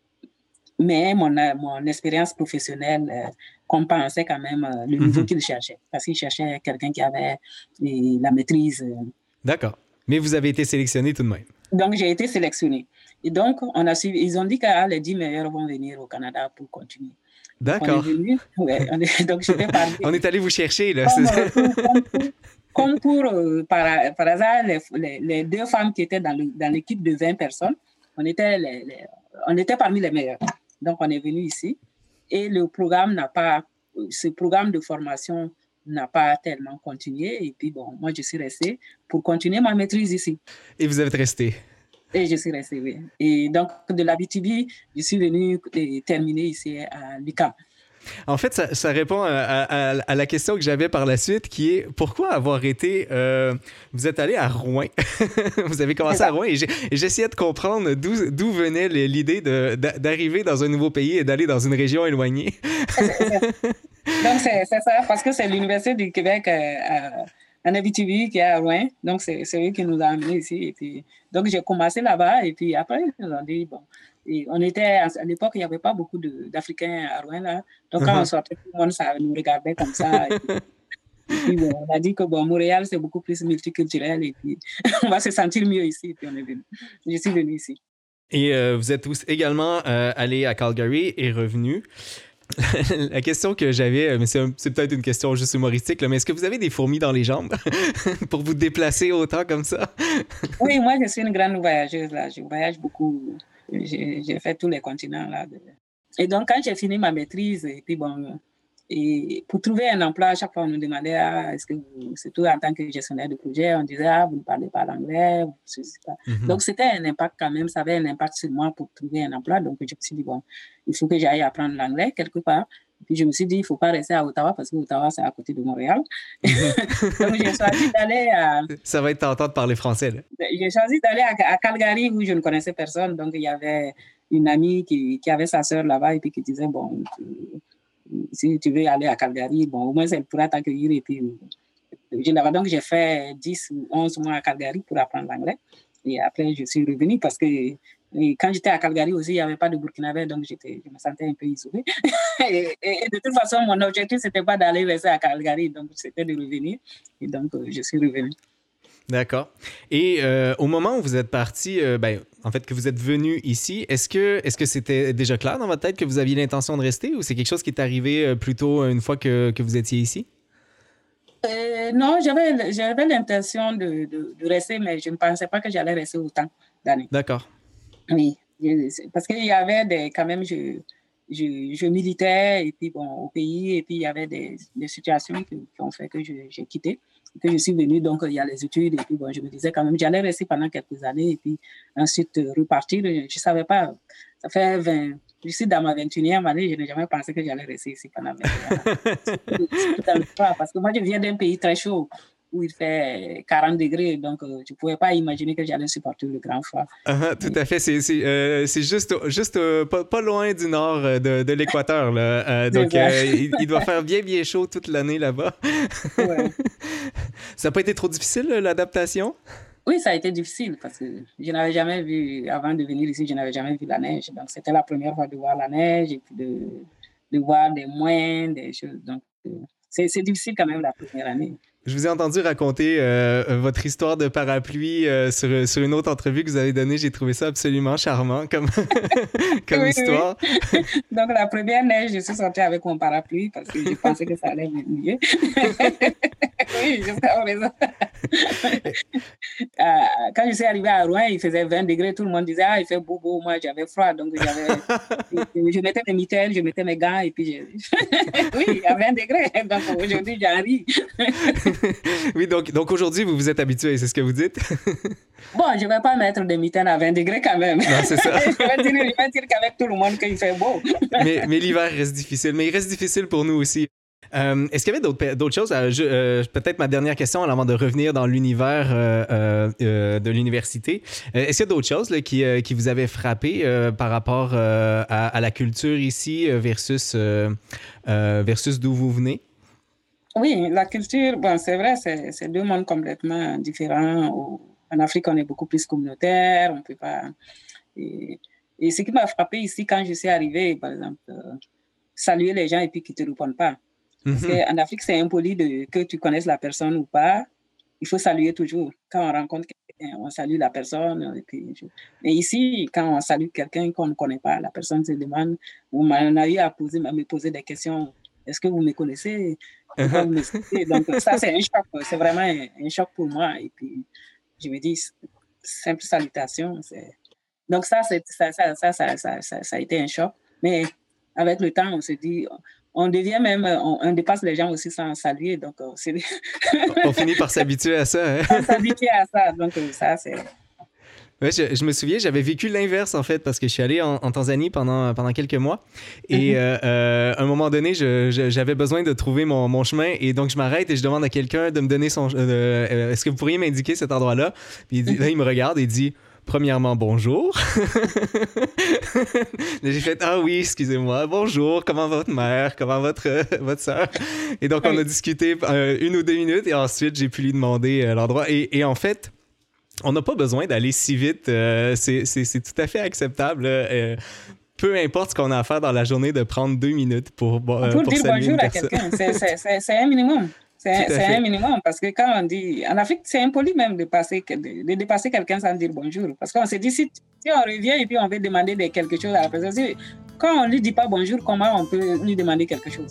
S2: mais mon, mon expérience professionnelle euh, compensait quand même euh, le niveau mm-hmm. qu'il cherchait. Parce qu'il cherchait quelqu'un qui avait et, la maîtrise. Euh.
S1: D'accord. Mais vous avez été sélectionné tout de même.
S2: Donc, j'ai été sélectionné. Et donc, on a suivi, ils ont dit que ah, les dix meilleurs vont venir au Canada pour continuer.
S1: D'accord.
S2: Donc, on est venu. Ouais, on est, donc, je vais parler.
S1: On est allé vous chercher, là.
S2: Comme, euh, pour, comme pour, comme pour euh, par, par hasard, les, les, les deux femmes qui étaient dans, le, dans l'équipe de vingt personnes, on était, les, les, on était parmi les meilleurs. Donc, on est venu ici et le programme n'a pas, ce programme de formation n'a pas tellement continué. Et puis, bon, moi, je suis restée pour continuer ma maîtrise ici.
S1: Et vous êtes resté?
S2: Et je suis restée, oui. Et donc, de l'Abitibi, je suis venue terminer ici à l'U Q A M.
S1: En fait, ça, ça répond à, à, à la question que j'avais par la suite, qui est pourquoi avoir été... Euh, vous êtes allé à Rouen. Vous avez commencé à Rouen et, j'ai, et j'essayais de comprendre d'où, d'où venait l'idée de, d'arriver dans un nouveau pays et d'aller dans une région éloignée.
S2: Donc, c'est, c'est ça, parce que c'est l'Université du Québec euh, en Abitibi qui est à Rouen. Donc, c'est, c'est eux qui nous ont amenés ici. Et puis, donc, j'ai commencé là-bas et puis après, ils nous ont dit, bon... Et on était, à l'époque, il n'y avait pas beaucoup de, d'Africains à Rouen, là. Donc, quand uh-huh. on sortait, tout le monde ça nous regardait comme ça. Et puis, et puis bon, on a dit que bon, Montréal, c'est beaucoup plus multiculturel et puis on va se sentir mieux ici. Et puis, on est venu. Je suis venu ici.
S1: Et euh, vous êtes tous également euh, allés à Calgary et revenus. La question que j'avais, mais c'est, un, c'est peut-être une question juste humoristique, là, mais est-ce que vous avez des fourmis dans les jambes pour vous déplacer autant comme ça?
S2: Oui, moi, je suis une grande voyageuse, là. Je voyage beaucoup. J'ai, j'ai fait tous les continents, là. Et donc, quand j'ai fini ma maîtrise, et puis bon, et pour trouver un emploi, à chaque fois, on nous demandait, ah, est-ce que vous, surtout en tant que gestionnaire de projet, on disait, ah, vous ne parlez pas l'anglais, vous ne savez pas. Mm-hmm. Donc, c'était un impact quand même, ça avait un impact sur moi pour trouver un emploi. Donc, je me suis dit, bon, il faut que j'aille apprendre l'anglais quelque part. Puis, je me suis dit, il ne faut pas rester à Ottawa parce que Ottawa, c'est à côté de Montréal. Mm-hmm. Donc, j'ai choisi d'aller à...
S1: Ça va être tentant de parler français, là.
S2: J'ai choisi d'aller à, à Calgary où je ne connaissais personne. Donc, il y avait une amie qui, qui avait sa sœur là-bas et puis qui disait, bon... si tu veux aller à Calgary, bon, au moins, elle pourra t'accueillir. Et puis, donc, j'ai fait dix ou onze mois à Calgary pour apprendre l'anglais. Et après, je suis revenue parce que quand j'étais à Calgary aussi, il n'y avait pas de Burkinabé, donc j'étais, je me sentais un peu isolée. et, et, et de toute façon, mon objectif, ce n'était pas d'aller rester à Calgary, donc c'était de revenir. Et donc, je suis revenue.
S1: D'accord. Et euh, au moment où vous êtes parti, euh, ben, en fait, que vous êtes venu ici, est-ce que, est-ce que c'était déjà clair dans votre tête que vous aviez l'intention de rester ou c'est quelque chose qui est arrivé euh, plutôt une fois que, que vous étiez ici?
S2: Euh, non, j'avais, j'avais l'intention de, de, de rester, mais je ne pensais pas que j'allais rester autant d'années.
S1: D'accord.
S2: Oui, parce qu'il y avait des, quand même, je, je, je militais et puis bon, au pays, et puis il y avait des, des situations qui, qui ont fait que je, j'ai quitté. Que je suis venue, donc il y a les études, et puis bon, je me disais quand même, j'allais rester pendant quelques années, et puis ensuite euh, repartir. Je ne savais pas, ça fait vingt, je suis dans ma vingt et unième année, je n'ai jamais pensé que j'allais rester ici pendant vingt et un ans. C'est tout parce que moi, je viens d'un pays très chaud, où il fait quarante degrés, donc euh, je ne pouvais pas imaginer que j'allais supporter le grand froid.
S1: Uh-huh, tout à fait, c'est, c'est, euh, c'est juste, juste euh, pas, pas loin du nord de, de l'équateur, là. Euh, donc euh, il, il doit faire bien, bien chaud toute l'année là-bas. Ouais. Ça n'a pas été trop difficile, l'adaptation?
S2: Oui, ça a été difficile parce que je n'avais jamais vu, avant de venir ici, je n'avais jamais vu la neige. Donc, c'était la première fois de voir la neige et puis de, de voir des moines, des choses. Donc, euh, c'est, c'est difficile quand même la première année.
S1: Je vous ai entendu raconter euh, votre histoire de parapluie euh, sur, sur une autre entrevue que vous avez donnée. J'ai trouvé ça absolument charmant comme, comme oui, histoire.
S2: Oui. Donc, la première neige, je suis sortie avec mon parapluie parce que je pensais que ça allait mieux. Oui, jusqu'à présent. euh, quand je suis arrivée à Rouen, il faisait vingt degrés. Tout le monde disait, ah, il fait beau, beau. Moi, j'avais froid. Donc, j'avais... je mettais mes mitaines, je mettais mes gants et puis je... oui, il y a vingt degrés. Donc, aujourd'hui, j'en ris.
S1: Oui, donc, donc aujourd'hui, vous vous êtes habitué, c'est ce que vous dites?
S2: Bon, je ne vais pas mettre des mitaines à vingt degrés quand même.
S1: Non, c'est ça.
S2: je, vais dire, je vais dire qu'avec tout le monde qu'il fait beau.
S1: mais, mais l'hiver reste difficile. Mais il reste difficile pour nous aussi. Euh, est-ce qu'il y avait d'autres, d'autres choses? Euh, je, euh, peut-être ma dernière question avant de revenir dans l'univers euh, euh, de l'université. Euh, est-ce qu'il y a d'autres choses là, qui, euh, qui vous avaient frappé euh, par rapport euh, à, à la culture ici versus, euh, euh, versus d'où vous venez?
S2: Oui, la culture, bon, c'est vrai, c'est, c'est deux mondes complètement différents. En Afrique, on est beaucoup plus communautaire, on peut pas... Et, et ce qui m'a frappé ici, quand je suis arrivée, par exemple, euh, saluer les gens et puis qu'ils ne te répondent pas. Parce mm-hmm. qu'en Afrique, c'est impoli de, que tu connaisses la personne ou pas. Il faut saluer toujours. Quand on rencontre quelqu'un, on salue la personne. Et puis, je... Mais ici, quand on salue quelqu'un qu'on ne connaît pas, la personne se demande, on a eu à, poser, à me poser des questions. Est-ce que vous me connaissez? Vous me connaissez? Donc ça, c'est un choc. C'est vraiment un, un choc pour moi. Et puis, je me dis, simple salutation. C'est... Donc ça, c'est, ça, ça, ça, ça, ça, ça, ça a été un choc. Mais avec le temps, on se dit... On devient même, on, on dépasse les gens aussi sans saluer. Donc, c'est...
S1: on finit par s'habituer à ça. Hein?
S2: On s'habitue à ça. Donc, ça, c'est...
S1: Ouais, je, je me souviens, j'avais vécu l'inverse en fait parce que je suis allé en, en Tanzanie pendant, pendant quelques mois et
S2: Mhm.
S1: euh, euh, à un moment donné, je, je- j'avais besoin de trouver mon, mon chemin et donc je m'arrête et je demande à quelqu'un de me donner son... euh, euh, est-ce que vous pourriez m'indiquer cet endroit-là? Puis il dit- là,
S2: Mhm.
S1: il me regarde et dit... Premièrement, bonjour. J'ai fait ah oui, excusez-moi, bonjour, comment va votre mère, comment votre euh, votre sœur. Et donc on a
S2: Oui.
S1: discuté euh, une ou deux minutes et ensuite j'ai pu lui demander euh, l'endroit. Et, et en fait, on n'a pas besoin d'aller si vite. Euh, c'est, c'est, c'est tout à fait acceptable. Euh, peu importe ce qu'on a à faire dans la journée, de prendre deux minutes pour, euh,
S2: Pour
S1: pour
S2: dire
S1: saluer
S2: bonjour
S1: une
S2: à
S1: personne.
S2: quelqu'un, c'est, c'est, c'est, c'est un minimum.
S1: Tout
S2: C'est,
S1: à
S2: c'est un
S1: fait.
S2: minimum parce que quand on dit, en Afrique, c'est impoli même de, passer, de, de dépasser quelqu'un sans dire bonjour. Parce qu'on se dit, si, si on revient et puis on veut demander de quelque chose à la personne, si, quand on ne lui dit pas bonjour, comment on peut lui demander quelque chose?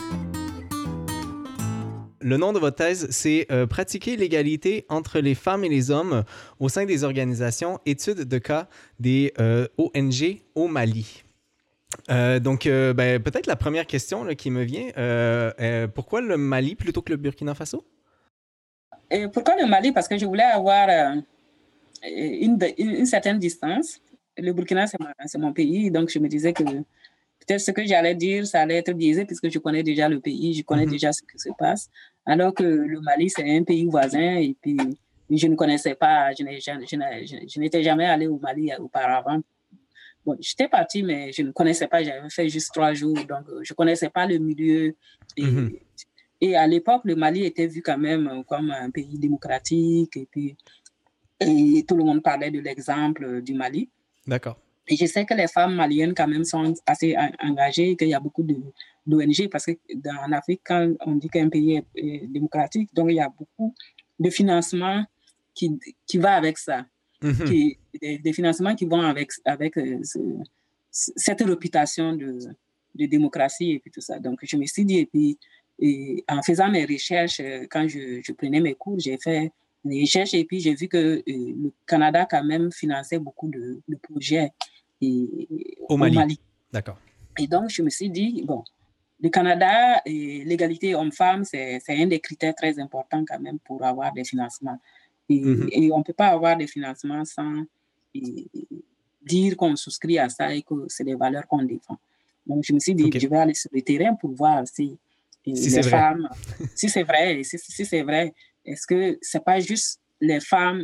S1: Le nom de votre thèse, c'est euh, Pratiquer l'égalité entre les femmes et les hommes au sein des organisations études de cas des euh, O N G au Mali. Euh, donc, euh, ben, peut-être la première question là, qui me vient, euh, euh, pourquoi le Mali plutôt que le Burkina Faso?
S2: Et pourquoi le Mali? Parce que je voulais avoir euh, une, une, une certaine distance. Le Burkina, c'est, ma, c'est mon pays, donc je me disais que peut-être ce que j'allais dire, ça allait être biaisé puisque je connais déjà le pays, je connais
S1: Mm-hmm.
S2: déjà ce qui se passe. Alors que le Mali, c'est un pays voisin et puis je ne connaissais pas, je, n'ai, je, je, je n'étais jamais allé au Mali auparavant. Bon, j'étais partie, mais je ne connaissais pas, j'avais fait juste trois jours, donc je ne connaissais pas le milieu. Et,
S1: Mm-hmm.
S2: et à l'époque, le Mali était vu quand même comme un pays démocratique et puis et tout le monde parlait de l'exemple du Mali.
S1: D'accord.
S2: Et je sais que les femmes maliennes, quand même, sont assez engagées, qu'il y a beaucoup de, d'O N G, parce qu'en Afrique, quand on dit qu'un pays est, est démocratique, donc il y a beaucoup de financements qui, qui vont avec ça,
S1: Mm-hmm.
S2: qui, des, des financements qui vont avec, avec euh, ce, cette réputation de, de démocratie et puis tout ça. Donc, je me suis dit, et puis, et en faisant mes recherches, quand je, je prenais mes cours, j'ai fait des recherches et puis j'ai vu que euh, le Canada, quand même, finançait beaucoup de, de projets et,
S1: au Mali.
S2: Au Mali.
S1: D'accord.
S2: Et donc, je me suis dit, bon, le Canada, et l'égalité homme-femme, c'est, c'est un des critères très importants quand même pour avoir des financements. Et, mm-hmm. et on ne peut pas avoir des financements sans et, dire qu'on souscrit à ça et que c'est des valeurs qu'on défend. Donc, je me suis dit, okay. je vais aller sur le terrain pour voir si,
S1: si
S2: les
S1: c'est
S2: femmes, vrai. si c'est vrai, si, si c'est vrai, est-ce que ce n'est pas juste les femmes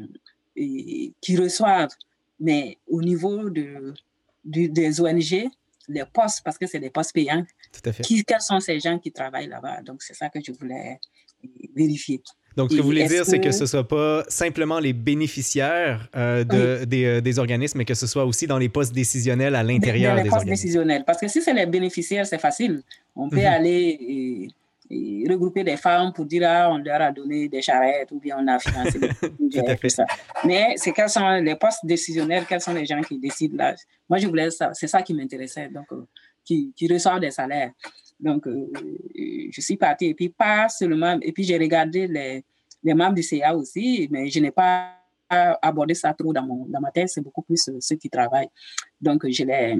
S2: et, qui reçoivent, mais au niveau de, de, des O N G, les postes, parce que c'est des postes payants,
S1: tout à fait.
S2: Qui, quels sont ces gens qui travaillent là-bas? Donc, c'est ça que je voulais vérifier.
S1: Donc, ce que vous voulez dire, que... c'est que ce ne soit pas simplement les bénéficiaires euh, de, oui. des, euh, des organismes, mais que ce soit aussi dans les postes décisionnels à l'intérieur
S2: des, des,
S1: des
S2: postes
S1: organismes.
S2: Décisionnels. Parce que si c'est les bénéficiaires, c'est facile. On peut mm-hmm. aller et, et regrouper des femmes pour dire ah, on leur a donné des charrettes ou bien on a financé des projets, tout, tout ça. Mais c'est quels sont les postes décisionnels, quels sont les gens qui décident là. Moi, je voulais ça. C'est ça qui m'intéressait. Donc, euh, qui, qui reçoivent des salaires. Donc, euh, je suis partie et puis pas seulement, et puis j'ai regardé les, les membres du C A aussi, mais je n'ai pas abordé ça trop dans, mon, dans ma tête, c'est beaucoup plus ceux qui travaillent. Donc, je l'ai,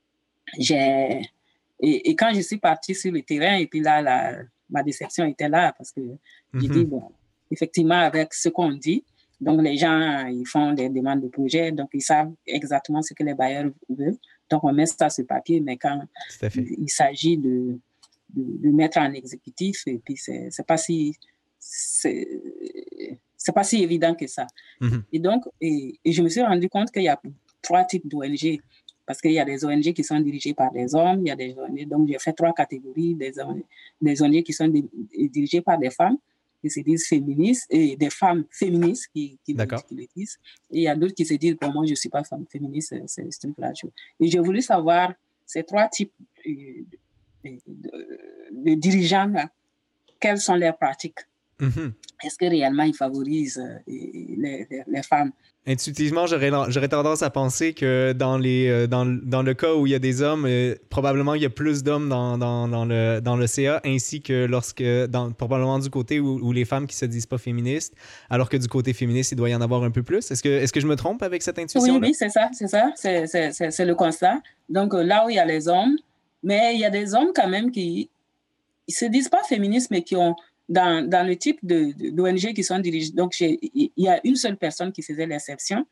S2: j'ai, et, et quand je suis partie sur le terrain, et puis là, la, ma déception était là parce que mm-hmm. j'ai dit, bon, effectivement, avec ce qu'on dit, donc les gens, ils font des demandes de projet, donc ils savent exactement ce que les bailleurs veulent. Donc, on met ça sur papier, mais quand il, il s'agit de, de, de mettre en exécutif, et puis c'est, c'est pas si c'est, c'est pas si évident que ça. Mm-hmm. Et donc, et, et je me suis rendu compte qu'il y a trois types d'O N G, parce qu'il y a des O N G qui sont dirigées par des hommes, il y a des O N G, donc j'ai fait trois catégories, des O N G, des O N G qui sont dirigées par des femmes, qui se disent féministes, et des femmes féministes qui, qui, le, qui le disent. Et il y a d'autres qui se disent, pour moi, je ne suis pas femme féministe, c'est, c'est une plage. Et j'ai voulu savoir ces trois types de, de, de, de dirigeants, là, quelles sont leurs pratiques. Mm-hmm. Est-ce que réellement ils favorisent les, les, les femmes?
S1: Intuitivement, j'aurais, j'aurais tendance à penser que dans, les, dans, dans le cas où il y a des hommes, euh, probablement il y a plus d'hommes dans, dans, dans, le, dans le C A, ainsi que lorsque, dans, probablement du côté où, où les femmes qui ne se disent pas féministes, alors que du côté féministe, il doit y en avoir un peu plus. Est-ce que, est-ce que je me trompe avec cette intuition-là?
S2: Oui, oui, c'est ça, c'est ça, c'est, c'est, c'est, c'est le constat. Donc là où il y a les hommes, mais il y a des hommes quand même qui ne se disent pas féministes, mais qui ont Dans, dans le type de, de, d'O N G qui sont dirigées, donc il y a une seule personne qui faisait l'exception,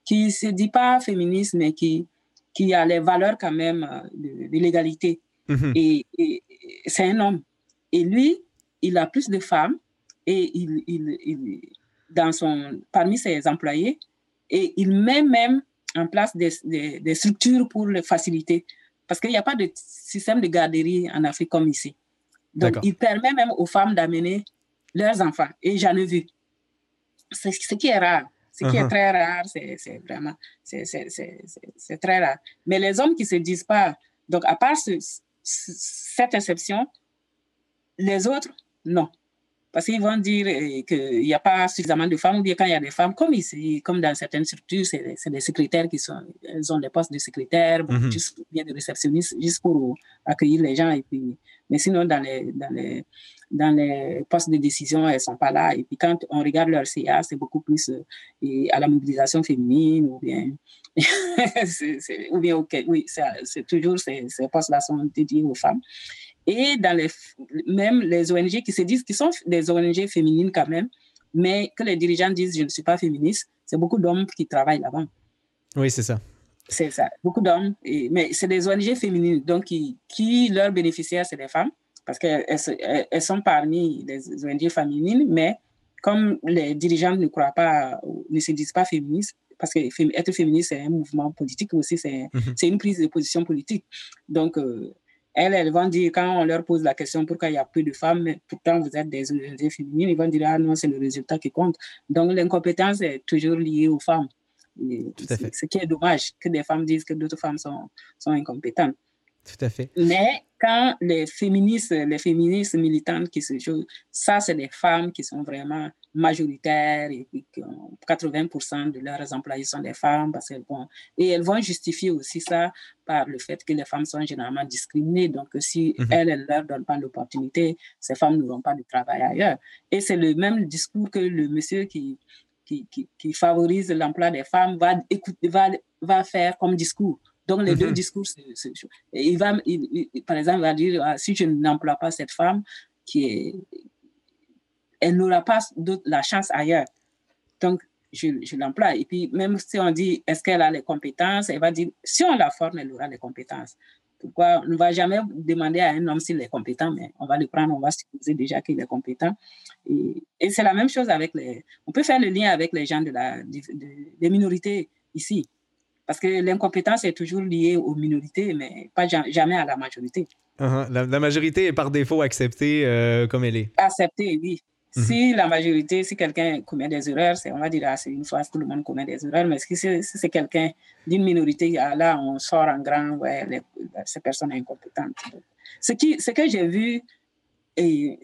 S2: qui ne se dit pas féministe, mais qui, qui a les valeurs quand même de, de l'égalité. Mm-hmm. Et, et, et c'est un homme. Et lui, il a plus de femmes et il, il, il, dans son, parmi ses employés, et il met même en place des, des, des structures pour le faciliter. Parce qu'il n'y a pas de système de garderie en Afrique comme ici. Donc, D'accord. il permet même aux femmes d'amener leurs enfants. Et j'en ai vu. C'est ce qui est rare. Ce qui uh-huh. est très rare, c'est, c'est vraiment, c'est, c'est, c'est, c'est, c'est très rare. Mais les hommes qui ne se disent pas, donc à part ce, ce, cette exception, les autres, non. Parce qu'ils vont dire qu'il n'y a pas suffisamment de femmes, ou bien quand il y a des femmes, comme ici, comme dans certaines structures, c'est, c'est des secrétaires qui sont, elles ont des postes de secrétaires, mm-hmm. juste, bien de réceptionnistes, juste pour accueillir les gens. Et puis, mais sinon, dans les, dans, les, dans les postes de décision, elles ne sont pas là. Et puis, quand on regarde leur C A, c'est beaucoup plus euh, et à la mobilisation féminine, ou bien, c'est, c'est, ou bien okay, oui, c'est, c'est toujours ces, ces postes-là sont dédiés aux femmes. Et dans les, même les O N G qui se disent, qui sont des O N G féminines quand même, mais que les dirigeants disent « je ne suis pas féministe », c'est beaucoup d'hommes qui travaillent là-bas.
S1: Oui, c'est ça.
S2: C'est ça, beaucoup d'hommes, et, mais c'est des O N G féminines, donc qui, qui leurs bénéficiaires, c'est des femmes, parce qu'elles elles, elles sont parmi les O N G féminines, mais comme les dirigeants ne croient pas, ne se disent pas féministes, parce que être féministe, c'est un mouvement politique aussi, c'est, mm-hmm. c'est une prise de position politique. Donc, euh, Elles, elles vont dire, quand on leur pose la question pourquoi il y a peu de femmes, mais pourtant vous êtes des O N G féminines, ils vont dire, ah non, c'est le résultat qui compte. Donc l'incompétence est toujours liée aux femmes. Et
S1: Tout à fait.
S2: Ce qui est dommage, que des femmes disent que d'autres femmes sont, sont incompétentes.
S1: Tout à fait.
S2: Mais quand les féministes, les féministes militantes qui se jouent, ça, c'est des femmes qui sont vraiment majoritaires et puis quatre-vingts pour cent de leurs employés sont des femmes parce qu'elles vont, et elles vont justifier aussi ça par le fait que les femmes sont généralement discriminées. Donc, si mm-hmm. elles, elles ne leur donnent pas l'opportunité, ces femmes n'auront pas de travail ailleurs. Et c'est le même discours que le monsieur qui, qui, qui, qui favorise l'emploi des femmes va, écouter, va, va faire comme discours. Donc, les mm-hmm. deux discours, c'est, c'est, il va, il, il, par exemple, il va dire, ah, si je n'emploie pas cette femme, qui est, elle n'aura pas la chance ailleurs. Donc, je, je l'emploie. Et puis, même si on dit, est-ce qu'elle a les compétences, elle va dire, si on la forme, elle aura les compétences. Pourquoi on ne va jamais demander à un homme s'il est compétent, mais on va le prendre, on va supposer déjà qu'il est compétent. Et, et c'est la même chose avec les... On peut faire le lien avec les gens de la, de, de, des minorités ici. Parce que l'incompétence est toujours liée aux minorités, mais pas jamais à la majorité.
S1: Uh-huh. La, la majorité est par défaut acceptée euh, comme elle est.
S2: Acceptée, oui. Mm-hmm. Si la majorité, si quelqu'un commet des erreurs, c'est, on va dire, ah, c'est une fois que tout le monde commet des erreurs, mais si c'est, si c'est quelqu'un d'une minorité, ah, là, on sort en grand, ouais, les, ces personnes incompétentes. Ce, qui, ce que j'ai vu, et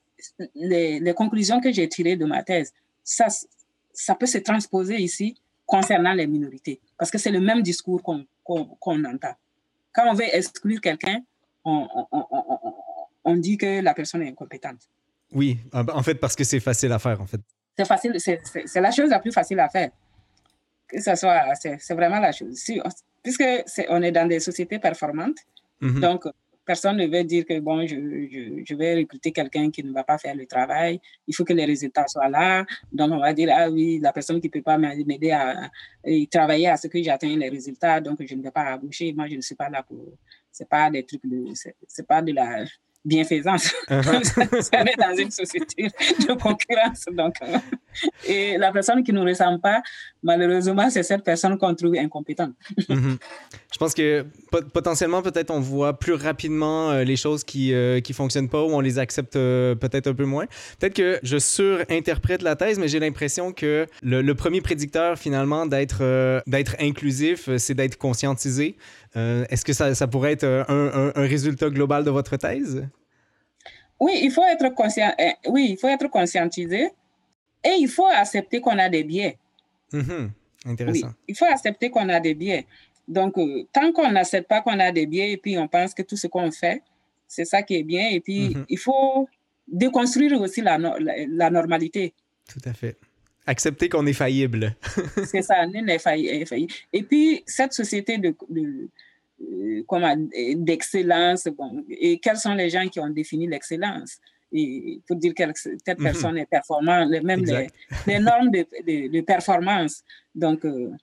S2: les, les conclusions que j'ai tirées de ma thèse, ça, ça peut se transposer ici concernant les minorités, parce que c'est le même discours qu'on, qu'on, qu'on entend. Quand on veut exclure quelqu'un, on, on, on, on, on dit que la personne est incompétente.
S1: Oui, en fait, parce que c'est facile à faire, en fait.
S2: C'est facile, c'est, c'est, c'est la chose la plus facile à faire. Que ça soit, c'est, c'est vraiment la chose. Si, puisque c'est, on est dans des sociétés performantes, mm-hmm. donc personne ne veut dire que bon, je, je, je vais recruter quelqu'un qui ne va pas faire le travail. Il faut que les résultats soient là. Donc on va dire, ah oui, la personne qui ne peut pas m'aider à, à travailler à ce que j'atteigne les résultats, donc je ne vais pas embaucher. Moi, je ne suis pas là pour... C'est pas des trucs de... C'est, c'est pas de la... bienfaisance. Uh-huh. Ça est dans une société de concurrence. Donc, euh, et la personne qui ne nous ressemble pas, malheureusement, c'est cette personne qu'on trouve incompétente.
S1: Mm-hmm. Je pense que potentiellement, peut-être, on voit plus rapidement euh, les choses qui ne euh, fonctionnent pas ou on les accepte euh, peut-être un peu moins. Peut-être que je surinterprète la thèse, mais j'ai l'impression que le, le premier prédicteur, finalement, d'être, euh, d'être inclusif, c'est d'être conscientisé. Euh, est-ce que ça, ça pourrait être un, un, un résultat global de votre thèse?
S2: Oui, il faut être conscient, euh, oui, il faut être conscientisé et il faut accepter qu'on a des biais.
S1: Mm-hmm. Intéressant.
S2: Oui, il faut accepter qu'on a des biais. Donc, euh, tant qu'on n'accepte pas qu'on a des biais et puis on pense que tout ce qu'on fait, c'est ça qui est bien. Et puis, mm-hmm. il faut déconstruire aussi la, la, la normalité.
S1: Tout à fait. Accepter qu'on est faillible.
S2: C'est ça, on est faillible. Et puis, cette société de... de Euh, comment, d'excellence. Bon, et quels sont les gens qui ont défini l'excellence? Et pour dire que cette personne mm-hmm. est performante, même les, les normes de, de, de performance. Donc, euh,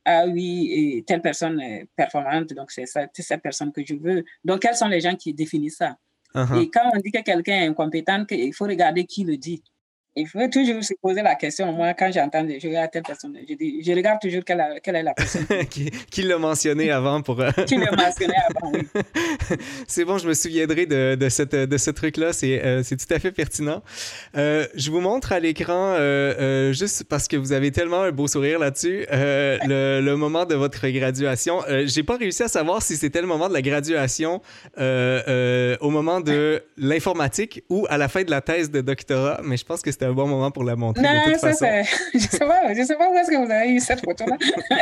S2: ah oui, et telle personne est performante, donc c'est ça, c'est cette personne que je veux. Donc, quels sont les gens qui définissent ça?
S1: Uh-huh.
S2: Et quand on dit que quelqu'un est incompétent, il faut regarder qui le dit. Il faut toujours se poser la question. Moi, quand j'entends des jeux à telle personne, je, dis, je regarde toujours quelle, a, quelle est la personne
S1: qui, qui l'a mentionné avant pour.
S2: qui l'a mentionné avant, oui.
S1: C'est bon, je me souviendrai de, de, cette, de ce truc-là. C'est, euh, c'est tout à fait pertinent. Euh, je vous montre à l'écran, euh, euh, juste parce que vous avez tellement un beau sourire là-dessus, euh, le, le moment de votre graduation. Euh, j'ai pas réussi à savoir si c'était le moment de la graduation euh, euh, au moment de l'informatique ou à la fin de la thèse de doctorat, mais je pense que c'était un bon moment pour la montrer
S2: non,
S1: de toute
S2: ça,
S1: façon.
S2: C'est... Je sais pas, je sais pas où est-ce que vous avez eu cette photo-là.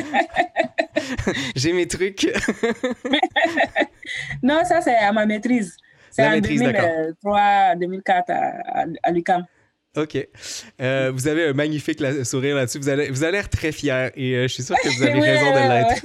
S1: J'ai mes trucs.
S2: Non, ça, c'est à ma maîtrise. C'est
S1: la
S2: en
S1: maîtrise,
S2: deux mille trois deux mille quatre à, à, à l'U Q A M.
S1: OK. Euh, vous avez un magnifique la- sourire là-dessus. Vous avez, vous avez l'air très fier et euh, je suis sûr que vous avez
S2: Oui,
S1: raison de
S2: oui,
S1: l'être.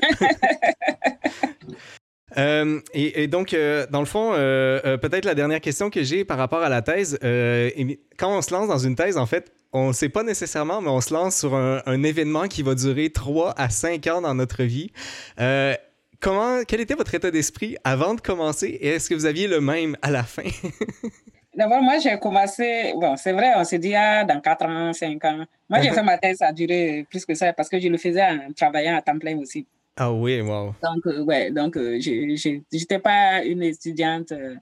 S2: oui.
S1: Euh, et, et donc, euh, dans le fond, euh, euh, peut-être la dernière question que j'ai par rapport à la thèse, euh, quand on se lance dans une thèse, en fait, on ne sait pas nécessairement, mais on se lance sur un, un événement qui va durer trois à cinq ans dans notre vie. Euh, comment, quel était votre état d'esprit avant de commencer et est-ce que vous aviez le même à la fin?
S2: D'abord, moi, j'ai commencé, bon, c'est vrai, on s'est dit, ah, dans quatre ans, cinq ans. Moi, j'ai fait ma thèse, ça a duré plus que ça parce que je le faisais en travaillant à temps plein aussi.
S1: Ah oui, wow.
S2: Donc, euh, ouais, donc, euh, je n'étais pas une étudiante euh,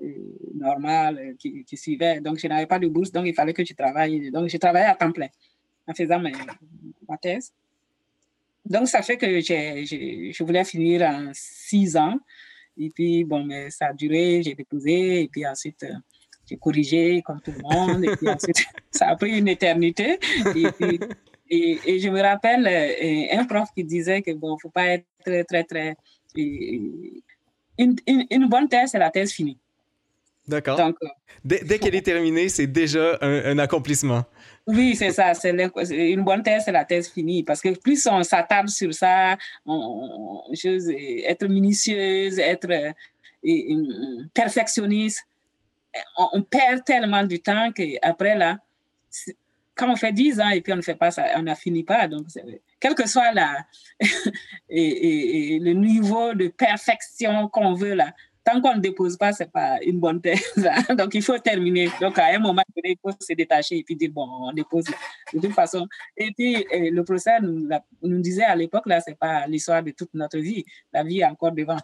S2: normale euh, qui, qui suivait. Donc, je n'avais pas de bourse, donc il fallait que je travaille. Donc, je travaillais à temps plein en faisant ma, ma thèse. Donc, ça fait que j'ai, j'ai, je voulais finir en six ans. Et puis, bon, mais ça a duré, j'ai déposé, et puis ensuite, euh, j'ai corrigé comme tout le monde, et puis ensuite, ça a pris une éternité. Et puis, et, et je me rappelle euh, un prof qui disait que, bon, il ne faut pas être très, très, très... Une, une, une bonne thèse, c'est la thèse finie.
S1: D'accord. Donc, dès, dès qu'elle est terminée, c'est déjà un, un accomplissement.
S2: Oui, c'est ça. C'est une bonne thèse, c'est la thèse finie. Parce que plus on s'attarde sur ça, on, on, chose, être minutieuse, être et, et, perfectionniste, on, on perd tellement du temps qu'après, là, quand on fait dix ans et puis on ne fait pas ça, on n'a fini pas. Donc, quel que soit la, et, et, et le niveau de perfection qu'on veut, là, tant qu'on ne dépose pas, ce n'est pas une bonne thèse. Hein? Donc, il faut terminer. Donc, à un moment donné, il faut se détacher et puis dire, bon, on dépose de toute façon. Et puis, et le professeur nous, la, nous disait à l'époque, là, ce n'est pas l'histoire de toute notre vie. La vie est encore devant.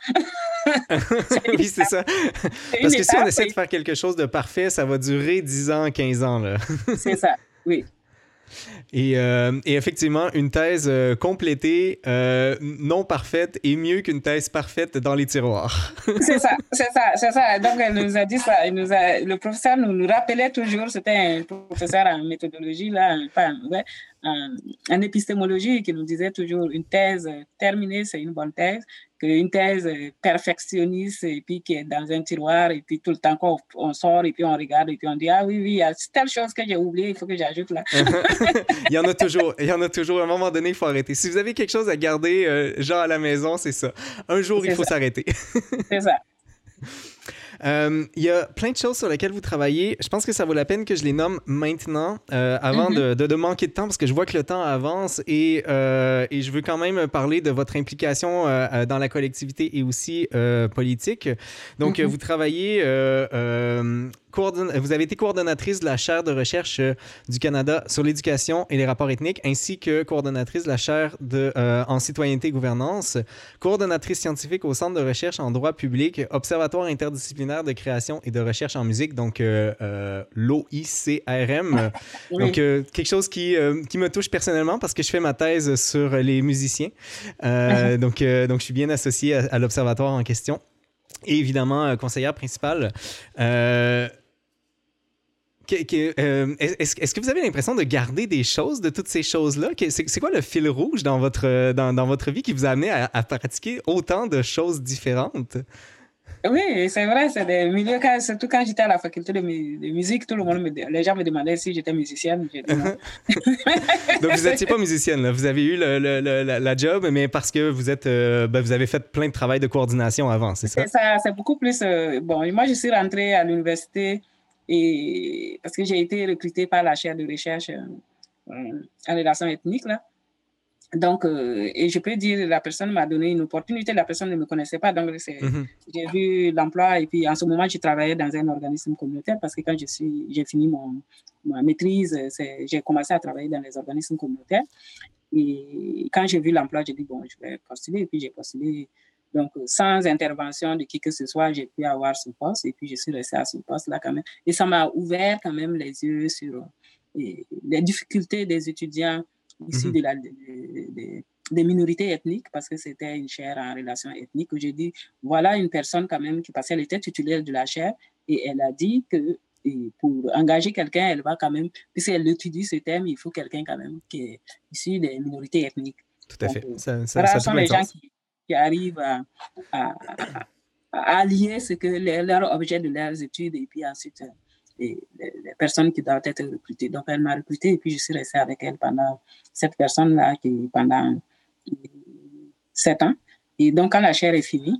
S1: Oui, c'est ça. Parce que étape, si on essaie de faire quelque chose de parfait, ça va durer dix ans, quinze ans. Là.
S2: C'est ça, oui.
S1: Et, euh, et effectivement, une thèse euh, complétée, euh, non parfaite, est mieux qu'une thèse parfaite dans les tiroirs.
S2: C'est ça, c'est ça, c'est ça. Donc, elle nous a dit ça. Il nous a, le professeur nous, nous rappelait toujours, c'était un professeur en méthodologie, là, enfin, ouais, en, en épistémologie, qui nous disait toujours une thèse terminée, c'est une bonne thèse, qu'une thèse perfectionniste, et puis qui est dans un tiroir, et puis tout le temps qu'on on sort, et puis on regarde, et puis on dit, ah oui, oui, il y a telle chose que j'ai oubliée, il faut que j'ajoute là.
S1: Il y en a toujours, il y en a toujours. À un moment donné, il faut arrêter. Si vous avez quelque chose à garder, euh, genre à la maison, c'est ça. Un jour, c'est il faut ça. S'arrêter.
S2: C'est ça.
S1: Euh, il y a plein de choses sur lesquelles vous travaillez. Je pense que ça vaut la peine que je les nomme maintenant, euh, avant mm-hmm. de, de, de manquer de temps, parce que je vois que le temps avance et, euh, et je veux quand même parler de votre implication euh, dans la collectivité et aussi euh, politique. Donc, mm-hmm. vous travaillez... Euh, euh, Coordonn... Vous avez été coordonnatrice de la chaire de recherche euh, du Canada sur l'éducation et les rapports ethniques, ainsi que coordonnatrice de la chaire de, euh, en citoyenneté et gouvernance, coordonnatrice scientifique au Centre de recherche en droit public, Observatoire interdisciplinaire de création et de recherche en musique, donc euh, euh, l'O I C R M. Oui. Donc, euh, quelque chose qui, euh, qui me touche personnellement parce que je fais ma thèse sur les musiciens. Euh, uh-huh. donc, euh, donc, je suis bien associé à, à l'Observatoire en question. Et évidemment, euh, conseillère principale. Euh, Que, que, euh, est-ce, est-ce que vous avez l'impression de garder des choses de toutes ces choses-là? C'est, c'est quoi le fil rouge dans votre, dans, dans votre vie qui vous a amené à, à pratiquer autant de choses différentes?
S2: Oui, c'est vrai, c'est des milieux, quand, surtout quand j'étais à la faculté de, mu- de musique, tout le monde, me, les gens me demandaient si j'étais musicienne. J'ai dit non.
S1: Donc, vous n'étiez pas musicienne, là. Vous avez eu le, le, le, la, la job, mais parce que vous, êtes, euh, ben, vous avez fait plein de travail de coordination avant, c'est ça? C'est
S2: ça, c'est beaucoup plus... Euh, bon, moi, je suis rentrée à l'université et, parce que j'ai été recrutée par la chaire de recherche euh, en relations ethniques, là. Donc, euh, et je peux dire, la personne m'a donné une opportunité, la personne ne me connaissait pas, donc c'est, mm-hmm. j'ai vu l'emploi et puis en ce moment, je travaillais dans un organisme communautaire parce que quand je suis, j'ai fini mon, ma maîtrise, c'est, j'ai commencé à travailler dans les organismes communautaires et quand j'ai vu l'emploi, j'ai dit, bon, je vais postuler et puis j'ai postulé. Donc, sans intervention de qui que ce soit, j'ai pu avoir ce poste et puis je suis restée à ce poste-là quand même. Et ça m'a ouvert quand même les yeux sur et, les difficultés des étudiants issus mm-hmm. de la, de, de, des minorités ethniques, parce que c'était une chaire en relation ethnique, où j'ai dit, voilà une personne quand même qui passait, elle était titulaire de la chaire, et elle a dit que et pour engager quelqu'un, elle va quand même, puisqu'elle étudie ce thème, il faut quelqu'un quand même qui est issu des minorités ethniques.
S1: Tout à Donc, fait. Ça,
S2: ça, voilà, ce sont les gens qui, qui arrivent à, à, à, à allier ce que les, leur objet de leurs études, et puis ensuite... Et les, les personnes qui doivent être recrutées. Donc, elle m'a recrutée et puis je suis restée avec elle pendant cette personne-là qui pendant sept ans. Et donc, quand la chaire est finie,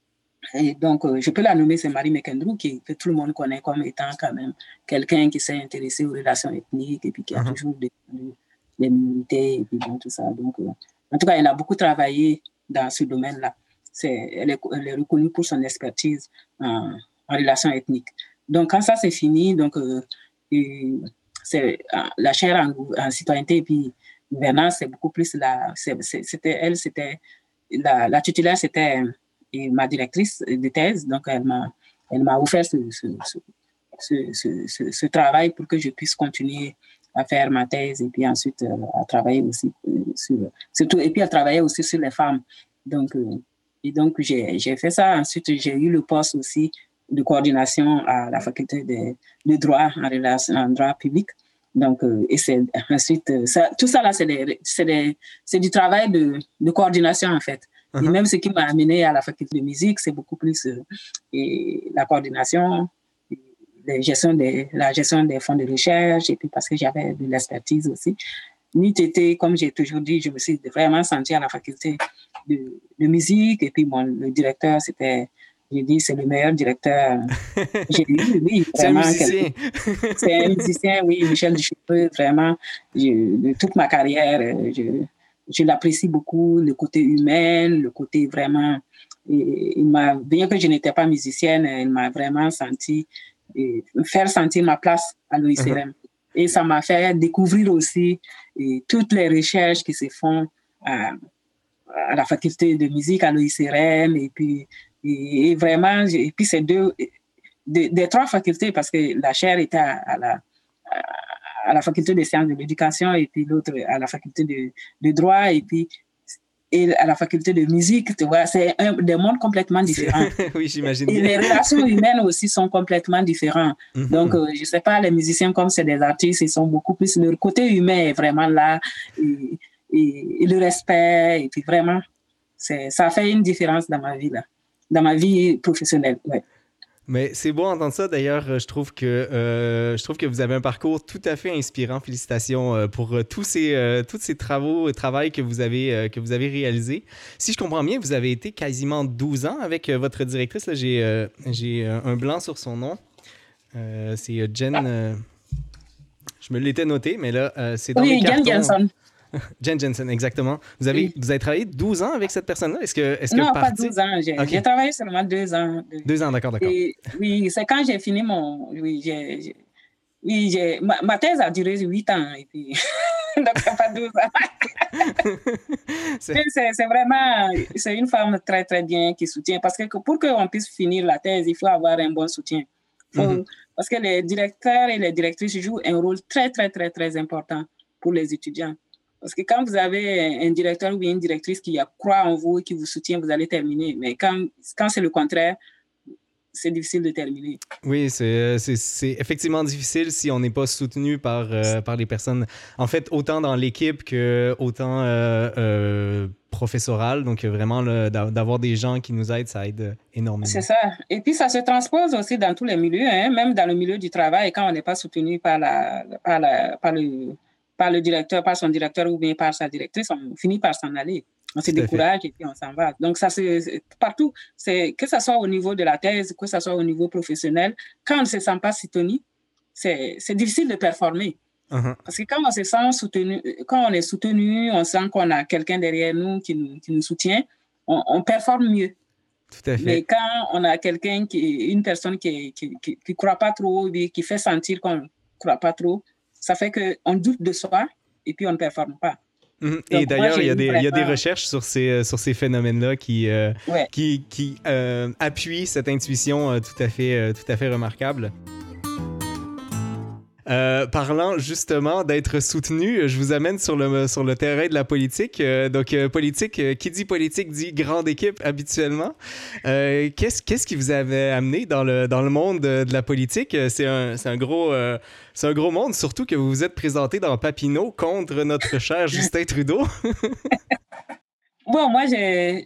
S2: et donc, euh, je peux la nommer, c'est Marie McAndrew, qui, que tout le monde connaît comme étant quand même quelqu'un qui s'est intéressé aux relations ethniques et puis qui a uh-huh. toujours défendu les minorités et puis bon, tout ça. Donc, euh, en tout cas, elle a beaucoup travaillé dans ce domaine-là. C'est, elle, est, elle est reconnue pour son expertise en, en relations ethniques. Donc, quand ça c'est fini, donc, euh, c'est, la chaire en, en citoyenneté et puis gouvernance, c'est beaucoup plus la. C'est, c'était, elle, c'était. La, la titulaire, c'était et ma directrice de thèse. Donc, elle m'a, elle m'a offert ce, ce, ce, ce, ce, ce travail pour que je puisse continuer à faire ma thèse et puis ensuite euh, à travailler aussi sur. Surtout, et puis, elle travaillait aussi sur les femmes. Donc, euh, et donc j'ai, j'ai fait ça. Ensuite, j'ai eu le poste aussi de coordination à la faculté de, de droit en, relation, en droit public. Donc, euh, et c'est ensuite, ça, tout ça là, c'est, des, c'est, des, c'est du travail de, de coordination en fait. Uh-huh. Et même ce qui m'a amené à la faculté de musique, c'est beaucoup plus euh, et la coordination, la gestion, des, la gestion des fonds de recherche, et puis parce que j'avais de l'expertise aussi. N'eût été, comme j'ai toujours dit, je me suis vraiment sentie à la faculté de, de musique, et puis bon, le directeur, c'était... J'ai dit, c'est le meilleur directeur. J'ai dit, oui,
S1: vraiment. C'est un musicien.
S2: C'est un musicien, oui, Michel Duchesneau, vraiment. Je, de toute ma carrière, je, je l'apprécie beaucoup, le côté humain, le côté vraiment. Et il m'a, bien que je n'étais pas musicienne, il m'a vraiment senti, et faire sentir ma place à l'O I C R M. Uh-huh. Et ça m'a fait découvrir aussi et, toutes les recherches qui se font à, à la faculté de musique à l'O I C R M, et puis. Et vraiment, et puis c'est deux, des, des trois facultés, parce que la chaire était à, à, la, à la faculté des sciences de l'éducation, et puis l'autre à la faculté de, de droit, et puis et à la faculté de musique, tu vois, c'est un, des mondes complètement différents.
S1: Oui, j'imagine.
S2: Et les relations humaines aussi sont complètement différentes. Mm-hmm. Donc, euh, je ne sais pas, les musiciens, comme c'est des artistes, ils sont beaucoup plus, leur côté humain est vraiment là, et, et, et le respect, et puis vraiment, c'est, ça fait une différence dans ma vie, là. Dans ma vie professionnelle, ouais.
S1: Mais c'est beau d'entendre ça. D'ailleurs, je trouve que euh, je trouve que vous avez un parcours tout à fait inspirant. Félicitations euh, pour euh, tous ces euh, tous ces travaux et travail que vous avez euh, que vous avez réalisés. Si je comprends bien, vous avez été quasiment douze ans avec euh, votre directrice. Là, j'ai euh, j'ai euh, un blanc sur son nom. Euh, c'est Jen. Euh, je me l'étais noté, mais là, euh, c'est dans
S2: oui,
S1: mes cartons.
S2: Jen Jensen.
S1: Jen Jensen, exactement. Vous avez,
S2: oui.
S1: vous avez travaillé douze ans avec cette personne-là? Est-ce que, est-ce
S2: non,
S1: que
S2: pas
S1: partie...
S2: douze ans. J'ai, okay. j'ai travaillé seulement deux ans.
S1: Deux ans, d'accord, d'accord.
S2: Et, oui, c'est quand j'ai fini mon... Oui, j'ai, j'ai, oui j'ai, ma, ma thèse a duré huit ans. Et puis... Donc, pas douze ans. c'est... C'est, c'est vraiment... C'est une femme très, très bien qui soutient. Parce que pour qu'on puisse finir la thèse, il faut avoir un bon soutien. Faut, mm-hmm. Parce que les directeurs et les directrices jouent un rôle très, très, très, très important pour les étudiants. Parce que quand vous avez un directeur ou une directrice qui croit en vous et qui vous soutient, vous allez terminer. Mais quand, quand c'est le contraire, c'est difficile de terminer.
S1: Oui, c'est, c'est, c'est effectivement difficile si on n'est pas soutenu par, euh, par les personnes. En fait, autant dans l'équipe que autant euh, euh, professoral. Donc, vraiment, là, d'avoir des gens qui nous aident, ça aide énormément.
S2: C'est ça. Et puis, ça se transpose aussi dans tous les milieux, hein, même dans le milieu du travail, quand on n'est pas soutenu par, la, par, la, par le... par le directeur, par son directeur ou bien par sa directrice, on finit par s'en aller. On se décourage et puis on s'en va. Donc, ça, c'est, c'est partout. C'est, que ce soit au niveau de la thèse, que ce soit au niveau professionnel, quand on ne se sent pas soutenu, c'est, c'est difficile de performer.
S1: Uh-huh.
S2: Parce que quand on se sent soutenu, quand on est soutenu, on sent qu'on a quelqu'un derrière nous qui nous, qui nous soutient, on, on performe mieux.
S1: Tout à fait.
S2: Mais quand on a quelqu'un, qui, une personne qui qui, qui, qui croit pas trop, qui fait sentir qu'on ne croit pas trop, ça fait qu'on doute de soi et puis on ne performe pas.
S1: Mm-hmm. Et
S2: Donc,
S1: d'ailleurs,
S2: moi,
S1: il y, a des,
S2: vraiment...
S1: il y a des recherches sur ces, sur ces phénomènes-là qui, euh,
S2: ouais.
S1: qui, qui euh, appuient cette intuition euh, tout à fait, euh, tout à fait remarquable. Euh, parlant justement d'être soutenu, je vous amène sur le, sur le terrain de la politique. Euh, donc, euh, politique, euh, qui dit politique dit grande équipe habituellement. Euh, qu'est-ce, qu'est-ce qui vous avait amené dans le, dans le monde de, de la politique? C'est un, c'est, un gros, euh, c'est un gros monde, surtout que vous vous êtes présenté dans Papineau contre notre cher Justin Trudeau.
S2: Bon, moi, je,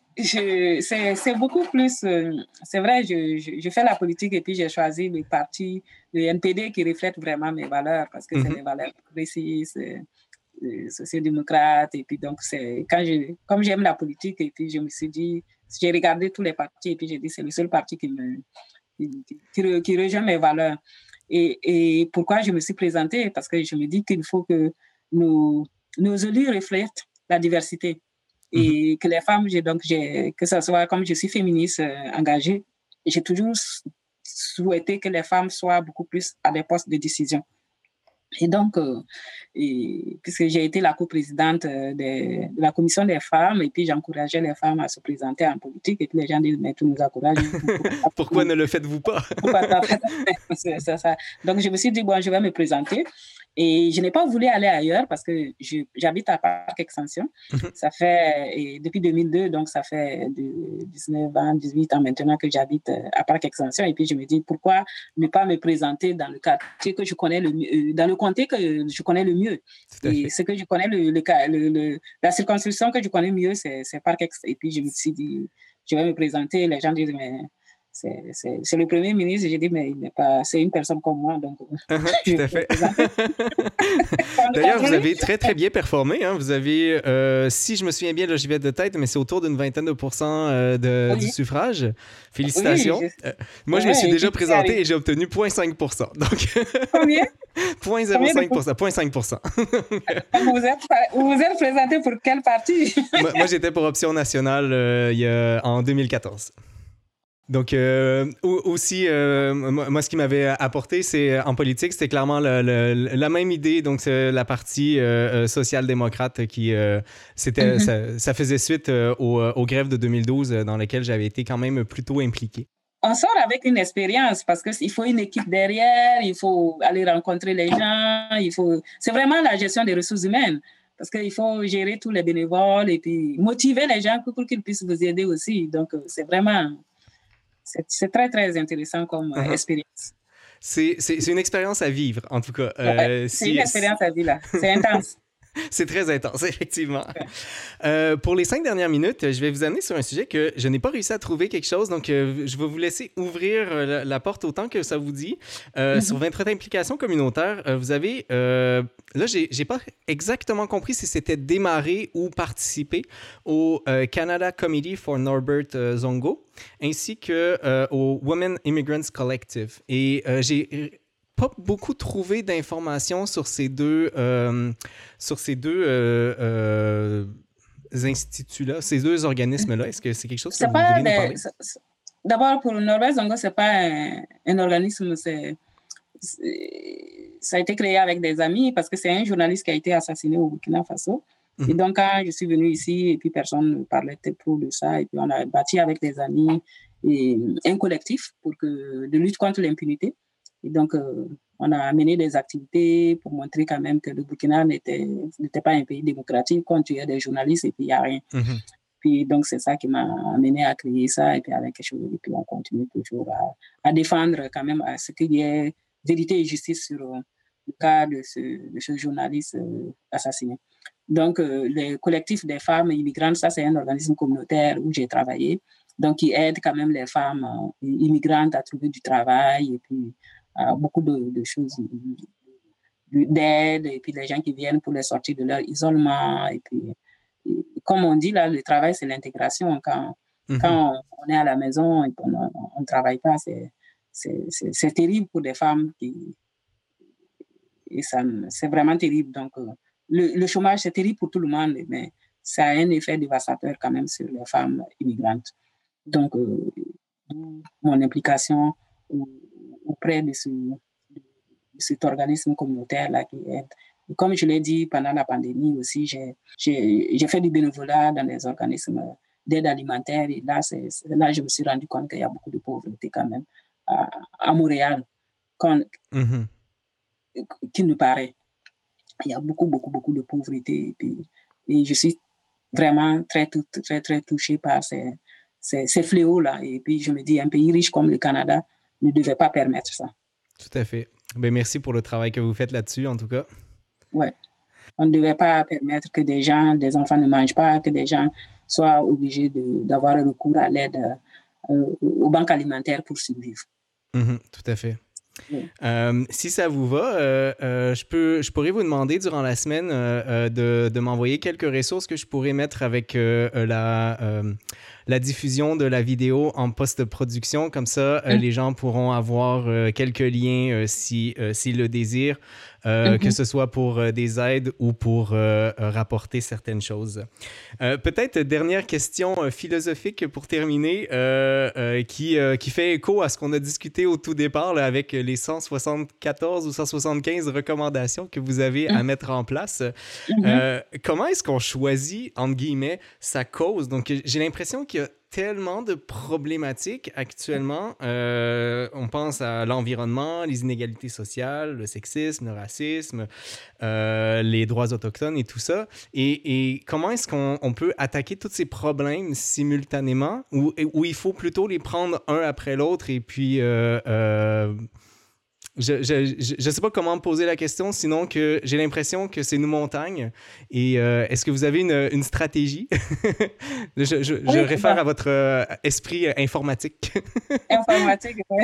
S2: je, c'est, c'est beaucoup plus... Euh, c'est vrai, je, je, je fais la politique et puis j'ai choisi le parti, le N P D, qui reflète vraiment mes valeurs, parce que mm-hmm. c'est des valeurs précises, euh, sociodémocrates. Et puis donc, c'est, quand je, comme j'aime la politique, et puis je me suis dit... J'ai regardé tous les partis et puis j'ai dit c'est le seul parti qui, me, qui, qui, qui rejoint mes valeurs. Et, et pourquoi je me suis présentée? Parce que je me dis qu'il faut que nos, nos élus reflètent la diversité. Et mm-hmm. que les femmes, j'ai donc, j'ai, que ce soit comme je suis féministe euh, engagée, j'ai toujours souhaité que les femmes soient beaucoup plus à des postes de décision. Et donc, euh, et, puisque j'ai été la coprésidente de, de la commission des femmes, et puis j'encourageais les femmes à se présenter en politique, et puis les gens disent, mais tu nous encourages.
S1: Pourquoi ne le faites-vous pas?
S2: c'est, c'est ça. Donc, je me suis dit, bon, je vais me présenter. Et je n'ai pas voulu aller ailleurs parce que je, j'habite à Parc Extension. Mm-hmm. Ça fait, et depuis deux mille deux, donc ça fait de dix-neuf ans, dix-huit ans maintenant que j'habite à Parc Extension. Et puis je me dis, pourquoi ne pas me présenter dans le quartier que je connais le mieux, dans le comté que je connais le mieux. Et ce que je connais, le, le, le, le, la circonscription que je connais mieux, c'est, c'est Parc Extension. Et puis je me suis dit, je vais me présenter. Les gens disent, mais... C'est, c'est, c'est le premier ministre, j'ai dit, mais il n'est pas, c'est une personne comme moi, donc...
S1: Uh-huh, tout à fait. D'ailleurs, vous avez très, très bien performé. Hein. Vous avez, euh, si je me souviens bien, là, j'y vais de tête, mais c'est autour d'une vingtaine de pourcents de, oui. du suffrage. Félicitations. Oui, je... euh, moi, ouais, je me suis déjà présenté et, et j'ai obtenu zéro virgule cinq pour cent. Donc...
S2: Combien?
S1: zéro virgule zéro cinq pour cent. zéro virgule cinq pour cent.
S2: vous, êtes, vous vous êtes présenté pour quel parti?
S1: moi, moi, j'étais pour Option nationale euh, il y a, en deux mille quatorze. Donc, euh, aussi, euh, moi, ce qui m'avait apporté, c'est en politique, c'était clairement le, le, la même idée. Donc, c'est la partie euh, social-démocrate qui, euh, c'était, mm-hmm. ça, ça faisait suite euh, aux, aux grèves de deux mille douze dans lesquelles j'avais été quand même plutôt impliqué.
S2: On sort avec une expérience parce qu'il faut une équipe derrière, il faut aller rencontrer les gens, il faut... c'est vraiment la gestion des ressources humaines. Parce qu'il faut gérer tous les bénévoles et puis motiver les gens pour, pour qu'ils puissent vous aider aussi. Donc, c'est vraiment... C'est, c'est très, très intéressant comme uh-huh. expérience.
S1: C'est, c'est, c'est une expérience à vivre, en tout cas.
S2: Euh, ouais, c'est si, une expérience à vivre, là. C'est intense.
S1: C'est très intense, effectivement. Ouais. Euh, pour les cinq dernières minutes, je vais vous amener sur un sujet que je n'ai pas réussi à trouver quelque chose, donc euh, je vais vous laisser ouvrir la, la porte autant que ça vous dit. Euh, mm-hmm. Sur votre implication communautaire, euh, vous avez... Euh, là, j'ai, j'ai pas exactement compris si c'était démarrer ou participer au euh, Canada Committee for Norbert euh, Zongo, ainsi que euh, au Women Immigrants Collective. Et euh, j'ai... pas beaucoup trouvé d'informations sur ces deux, euh, sur ces deux euh, euh, instituts-là, ces deux organismes-là. Est-ce que c'est quelque chose que c'est vous voudriez nous parler?
S2: C'est, c'est, d'abord, pour Norbert Zongo, ce n'est pas un, un organisme, c'est, c'est, ça a été créé avec des amis parce que c'est un journaliste qui a été assassiné au Burkina Faso. Mm-hmm. Et donc, quand je suis venue ici, et puis personne ne parlait trop de ça, et puis on a bâti avec des amis et un collectif pour que, de lutte contre l'impunité. Et donc, euh, on a mené des activités pour montrer quand même que le Burkina n'était, n'était pas un pays démocratique, quand tu as des journalistes et puis il n'y a rien. Mm-hmm. Puis donc, c'est ça qui m'a amené à créer ça et puis avec quelque chose. Et puis on continue toujours à, à défendre quand même à ce qu'il y ait vérité et justice sur euh, le cas de ce, de ce journaliste euh, assassiné. Donc, euh, le collectif des femmes immigrantes, ça c'est un organisme communautaire où j'ai travaillé. Donc, qui aide quand même les femmes euh, immigrantes à trouver du travail et puis Euh, beaucoup de, de choses d'aide et puis les gens qui viennent pour les sortir de leur isolement et puis et, comme on dit là, le travail c'est l'intégration. Quand, mm-hmm. quand on, on est à la maison et qu'on ne travaille pas, c'est, c'est, c'est, c'est terrible pour des femmes qui, et ça, c'est vraiment terrible. Donc, euh, le, le chômage, c'est terrible pour tout le monde, mais ça a un effet dévastateur quand même sur les femmes immigrantes. Donc, euh, mon implication auprès de, ce, de cet organisme communautaire-là qui aide. Et comme je l'ai dit, pendant la pandémie aussi, j'ai, j'ai, j'ai fait du bénévolat dans des organismes d'aide alimentaire. Et là, c'est, c'est, là, je me suis rendu compte qu'il y a beaucoup de pauvreté quand même à, à Montréal, quand, mm-hmm. qu'il nous paraît. Il y a beaucoup, beaucoup, beaucoup de pauvreté. Et, puis, et je suis vraiment très, très, très touchée par ces, ces, ces fléaux-là. Et puis, je me dis, un pays riche comme le Canada ne devait pas permettre ça.
S1: Tout à fait. Ben, merci pour le travail que vous faites là-dessus, en tout cas.
S2: Oui. On ne devait pas permettre que des gens, des enfants ne mangent pas, que des gens soient obligés de, d'avoir recours à l'aide euh, aux banques alimentaires pour survivre.
S1: Mm-hmm, tout à fait. Oui. Euh, si ça vous va, euh, euh, je, peux, je pourrais vous demander durant la semaine euh, de, de m'envoyer quelques ressources que je pourrais mettre avec euh, la, euh, la diffusion de la vidéo en post-production. Comme ça, euh, mm. les gens pourront avoir euh, quelques liens euh, si, euh, s'ils le désirent, euh, mm-hmm. que ce soit pour euh, des aides ou pour euh, rapporter certaines choses. Euh, peut-être dernière question euh, philosophique pour terminer, euh, euh, qui, euh, qui fait écho à ce qu'on a discuté au tout départ là, avec les cent soixante-quatorze ou cent soixante-quinze recommandations que vous avez à mettre en place. Mm-hmm. Euh, comment est-ce qu'on choisit, entre guillemets, sa cause? Donc, j'ai l'impression qu'il y a tellement de problématiques actuellement. Euh, on pense à l'environnement, les inégalités sociales, le sexisme, le racisme, euh, les droits autochtones et tout ça. Et, et comment est-ce qu'on on peut attaquer tous ces problèmes simultanément ou, ou il faut plutôt les prendre un après l'autre et puis... Euh, euh, Je ne sais pas comment poser la question, sinon que j'ai l'impression que c'est une montagne. Et euh, est-ce que vous avez une, une stratégie? je je, oui, je réfère bah. à votre euh, esprit euh, informatique.
S2: Informatique, oui.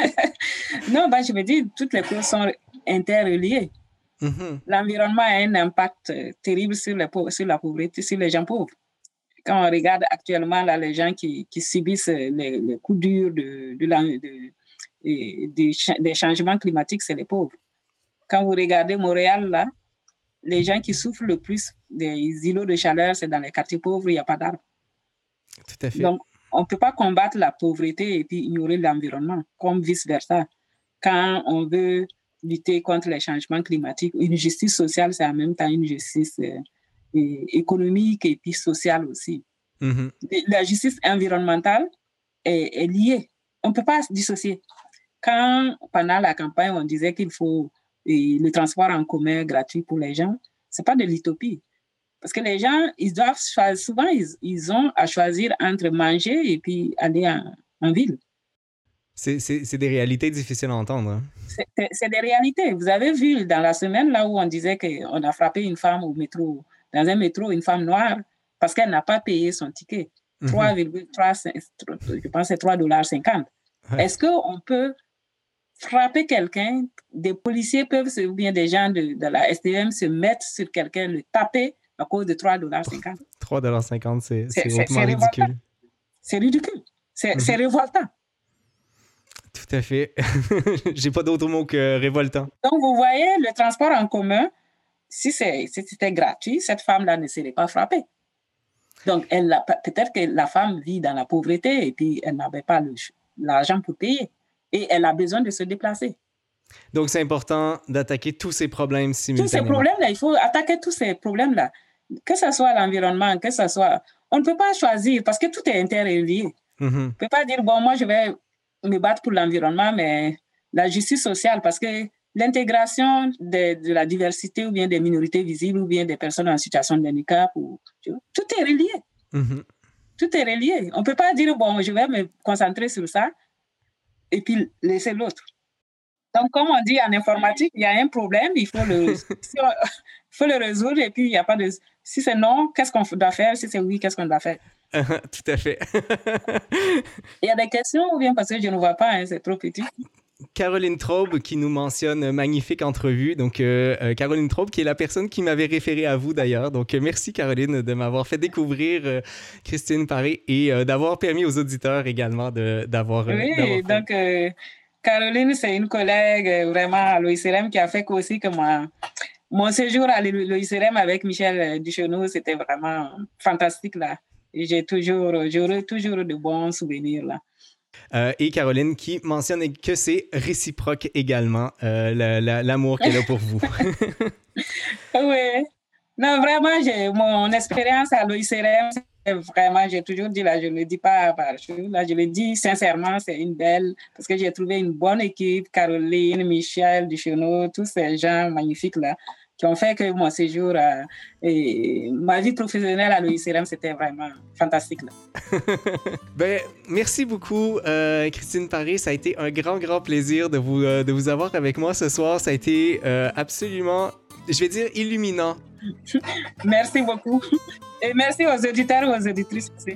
S2: Non, bah, je me dis, toutes les causes sont interreliées. Mm-hmm. L'environnement a un impact terrible sur, les pauvres, sur la pauvreté, sur les gens pauvres. Quand on regarde actuellement là, les gens qui, qui subissent les, les coups durs de, de, la, de Et des, des changements climatiques, c'est les pauvres. Quand vous regardez Montréal, là, les gens qui souffrent le plus des îlots de chaleur, c'est dans les quartiers pauvres, il n'y a pas d'arbres.
S1: Tout à fait.
S2: Donc, on ne peut pas combattre la pauvreté et puis ignorer l'environnement, comme vice-versa. Quand on veut lutter contre les changements climatiques, une justice sociale, c'est en même temps une justice euh, économique et puis sociale aussi. Mm-hmm. La justice environnementale est, est liée. On ne peut pas se dissocier. Quand, pendant la campagne, on disait qu'il faut et, le transport en commun gratuit pour les gens, ce n'est pas de l'utopie. Parce que les gens, ils doivent choisir, souvent, ils, ils ont à choisir entre manger et puis aller en, en ville.
S1: C'est, c'est, c'est des réalités difficiles à entendre. Hein?
S2: C'est, c'est, c'est des réalités. Vous avez vu dans la semaine là où on disait qu'on a frappé une femme au métro, dans un métro, une femme noire, parce qu'elle n'a pas payé son ticket. trois virgule trois, je pense que c'est trois dollars cinquante. Ouais. Est-ce qu'on peut frapper quelqu'un, des policiers peuvent, ou bien des gens de, de la S T M se mettre sur quelqu'un, le taper à cause de trois dollars cinquante?
S1: trois dollars cinquante, c'est, c'est, c'est hautement c'est ridicule.
S2: C'est ridicule. C'est, mm-hmm. c'est révoltant.
S1: Tout à fait. J'ai pas d'autre mot que révoltant.
S2: Donc, vous voyez, le transport en commun, si, c'est, si c'était gratuit, cette femme-là ne serait pas frappée. Donc, elle a, peut-être que la femme vit dans la pauvreté et puis elle n'avait pas le, l'argent pour payer. Et elle a besoin de se déplacer.
S1: Donc, c'est important d'attaquer tous ces problèmes simultanément.
S2: Tous ces problèmes-là, il faut attaquer tous ces problèmes-là. Que ce soit l'environnement, que ce soit... On ne peut pas choisir parce que tout est interrelié. Mm-hmm. On ne peut pas dire, bon, moi, je vais me battre pour l'environnement, mais la justice sociale, parce que l'intégration de, de la diversité ou bien des minorités visibles ou bien des personnes en situation de handicap, ou, tout est relié. Mm-hmm. Tout est relié. On ne peut pas dire, bon, je vais me concentrer sur ça et puis laisser l'autre. Donc, comme on dit en informatique, il y a un problème, il faut le, si on, il faut le résoudre et puis il n'y a pas de... Si c'est non, qu'est-ce qu'on doit faire? Si c'est oui, qu'est-ce qu'on doit faire?
S1: Uh-huh, tout à fait.
S2: Il y a des questions ou bien parce que je ne vois pas, hein, c'est trop petit.
S1: Caroline Traube qui nous mentionne magnifique entrevue. Donc, euh, Caroline Traube qui est la personne qui m'avait référé à vous d'ailleurs. Donc, euh, merci Caroline de m'avoir fait découvrir euh, Christine Paré et euh, d'avoir permis aux auditeurs également de, d'avoir...
S2: Oui,
S1: d'avoir
S2: donc... Euh, Caroline, c'est une collègue euh, vraiment à l'O I C R M qui a fait aussi que moi, mon séjour à l'O I C R M avec Michel Ducheneau, c'était vraiment fantastique là. Et j'ai toujours, j'aurai toujours de bons souvenirs là.
S1: Euh, et Caroline qui mentionne que c'est réciproque également, euh, la, la, l'amour qu'elle a pour vous.
S2: Oui. Non, vraiment, j'ai, mon expérience à l'O I C R M, c'est vraiment, j'ai toujours dit, là, je ne le dis pas par chose, là, je le dis sincèrement, c'est une belle, parce que j'ai trouvé une bonne équipe, Caroline, Michel, Ducheneau, tous ces gens magnifiques là, qui ont fait que mon séjour, à, et ma vie professionnelle à l'O I C R M, c'était vraiment fantastique là.
S1: Ben, merci beaucoup, euh, Christine Paré. Ça a été un grand, grand plaisir de vous, euh, de vous avoir avec moi ce soir. Ça a été euh, absolument, je vais dire, illuminant.
S2: Merci beaucoup. Et merci aux auditeurs et aux auditrices aussi.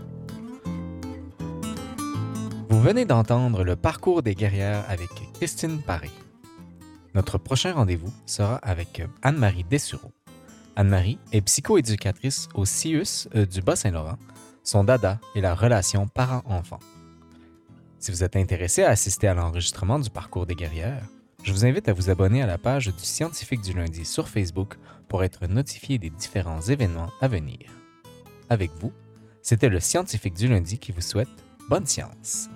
S3: Vous venez d'entendre le parcours des guerrières avec Christine Paré. Notre prochain rendez-vous sera avec Anne-Marie Dessureau. Anne-Marie est psychoéducatrice au C I U S du Bas-Saint-Laurent. Son dada est la relation parent-enfant. Si vous êtes intéressé à assister à l'enregistrement du parcours des guerrières, je vous invite à vous abonner à la page du Scientifique du lundi sur Facebook pour être notifié des différents événements à venir. Avec vous, c'était le Scientifique du lundi qui vous souhaite bonne science.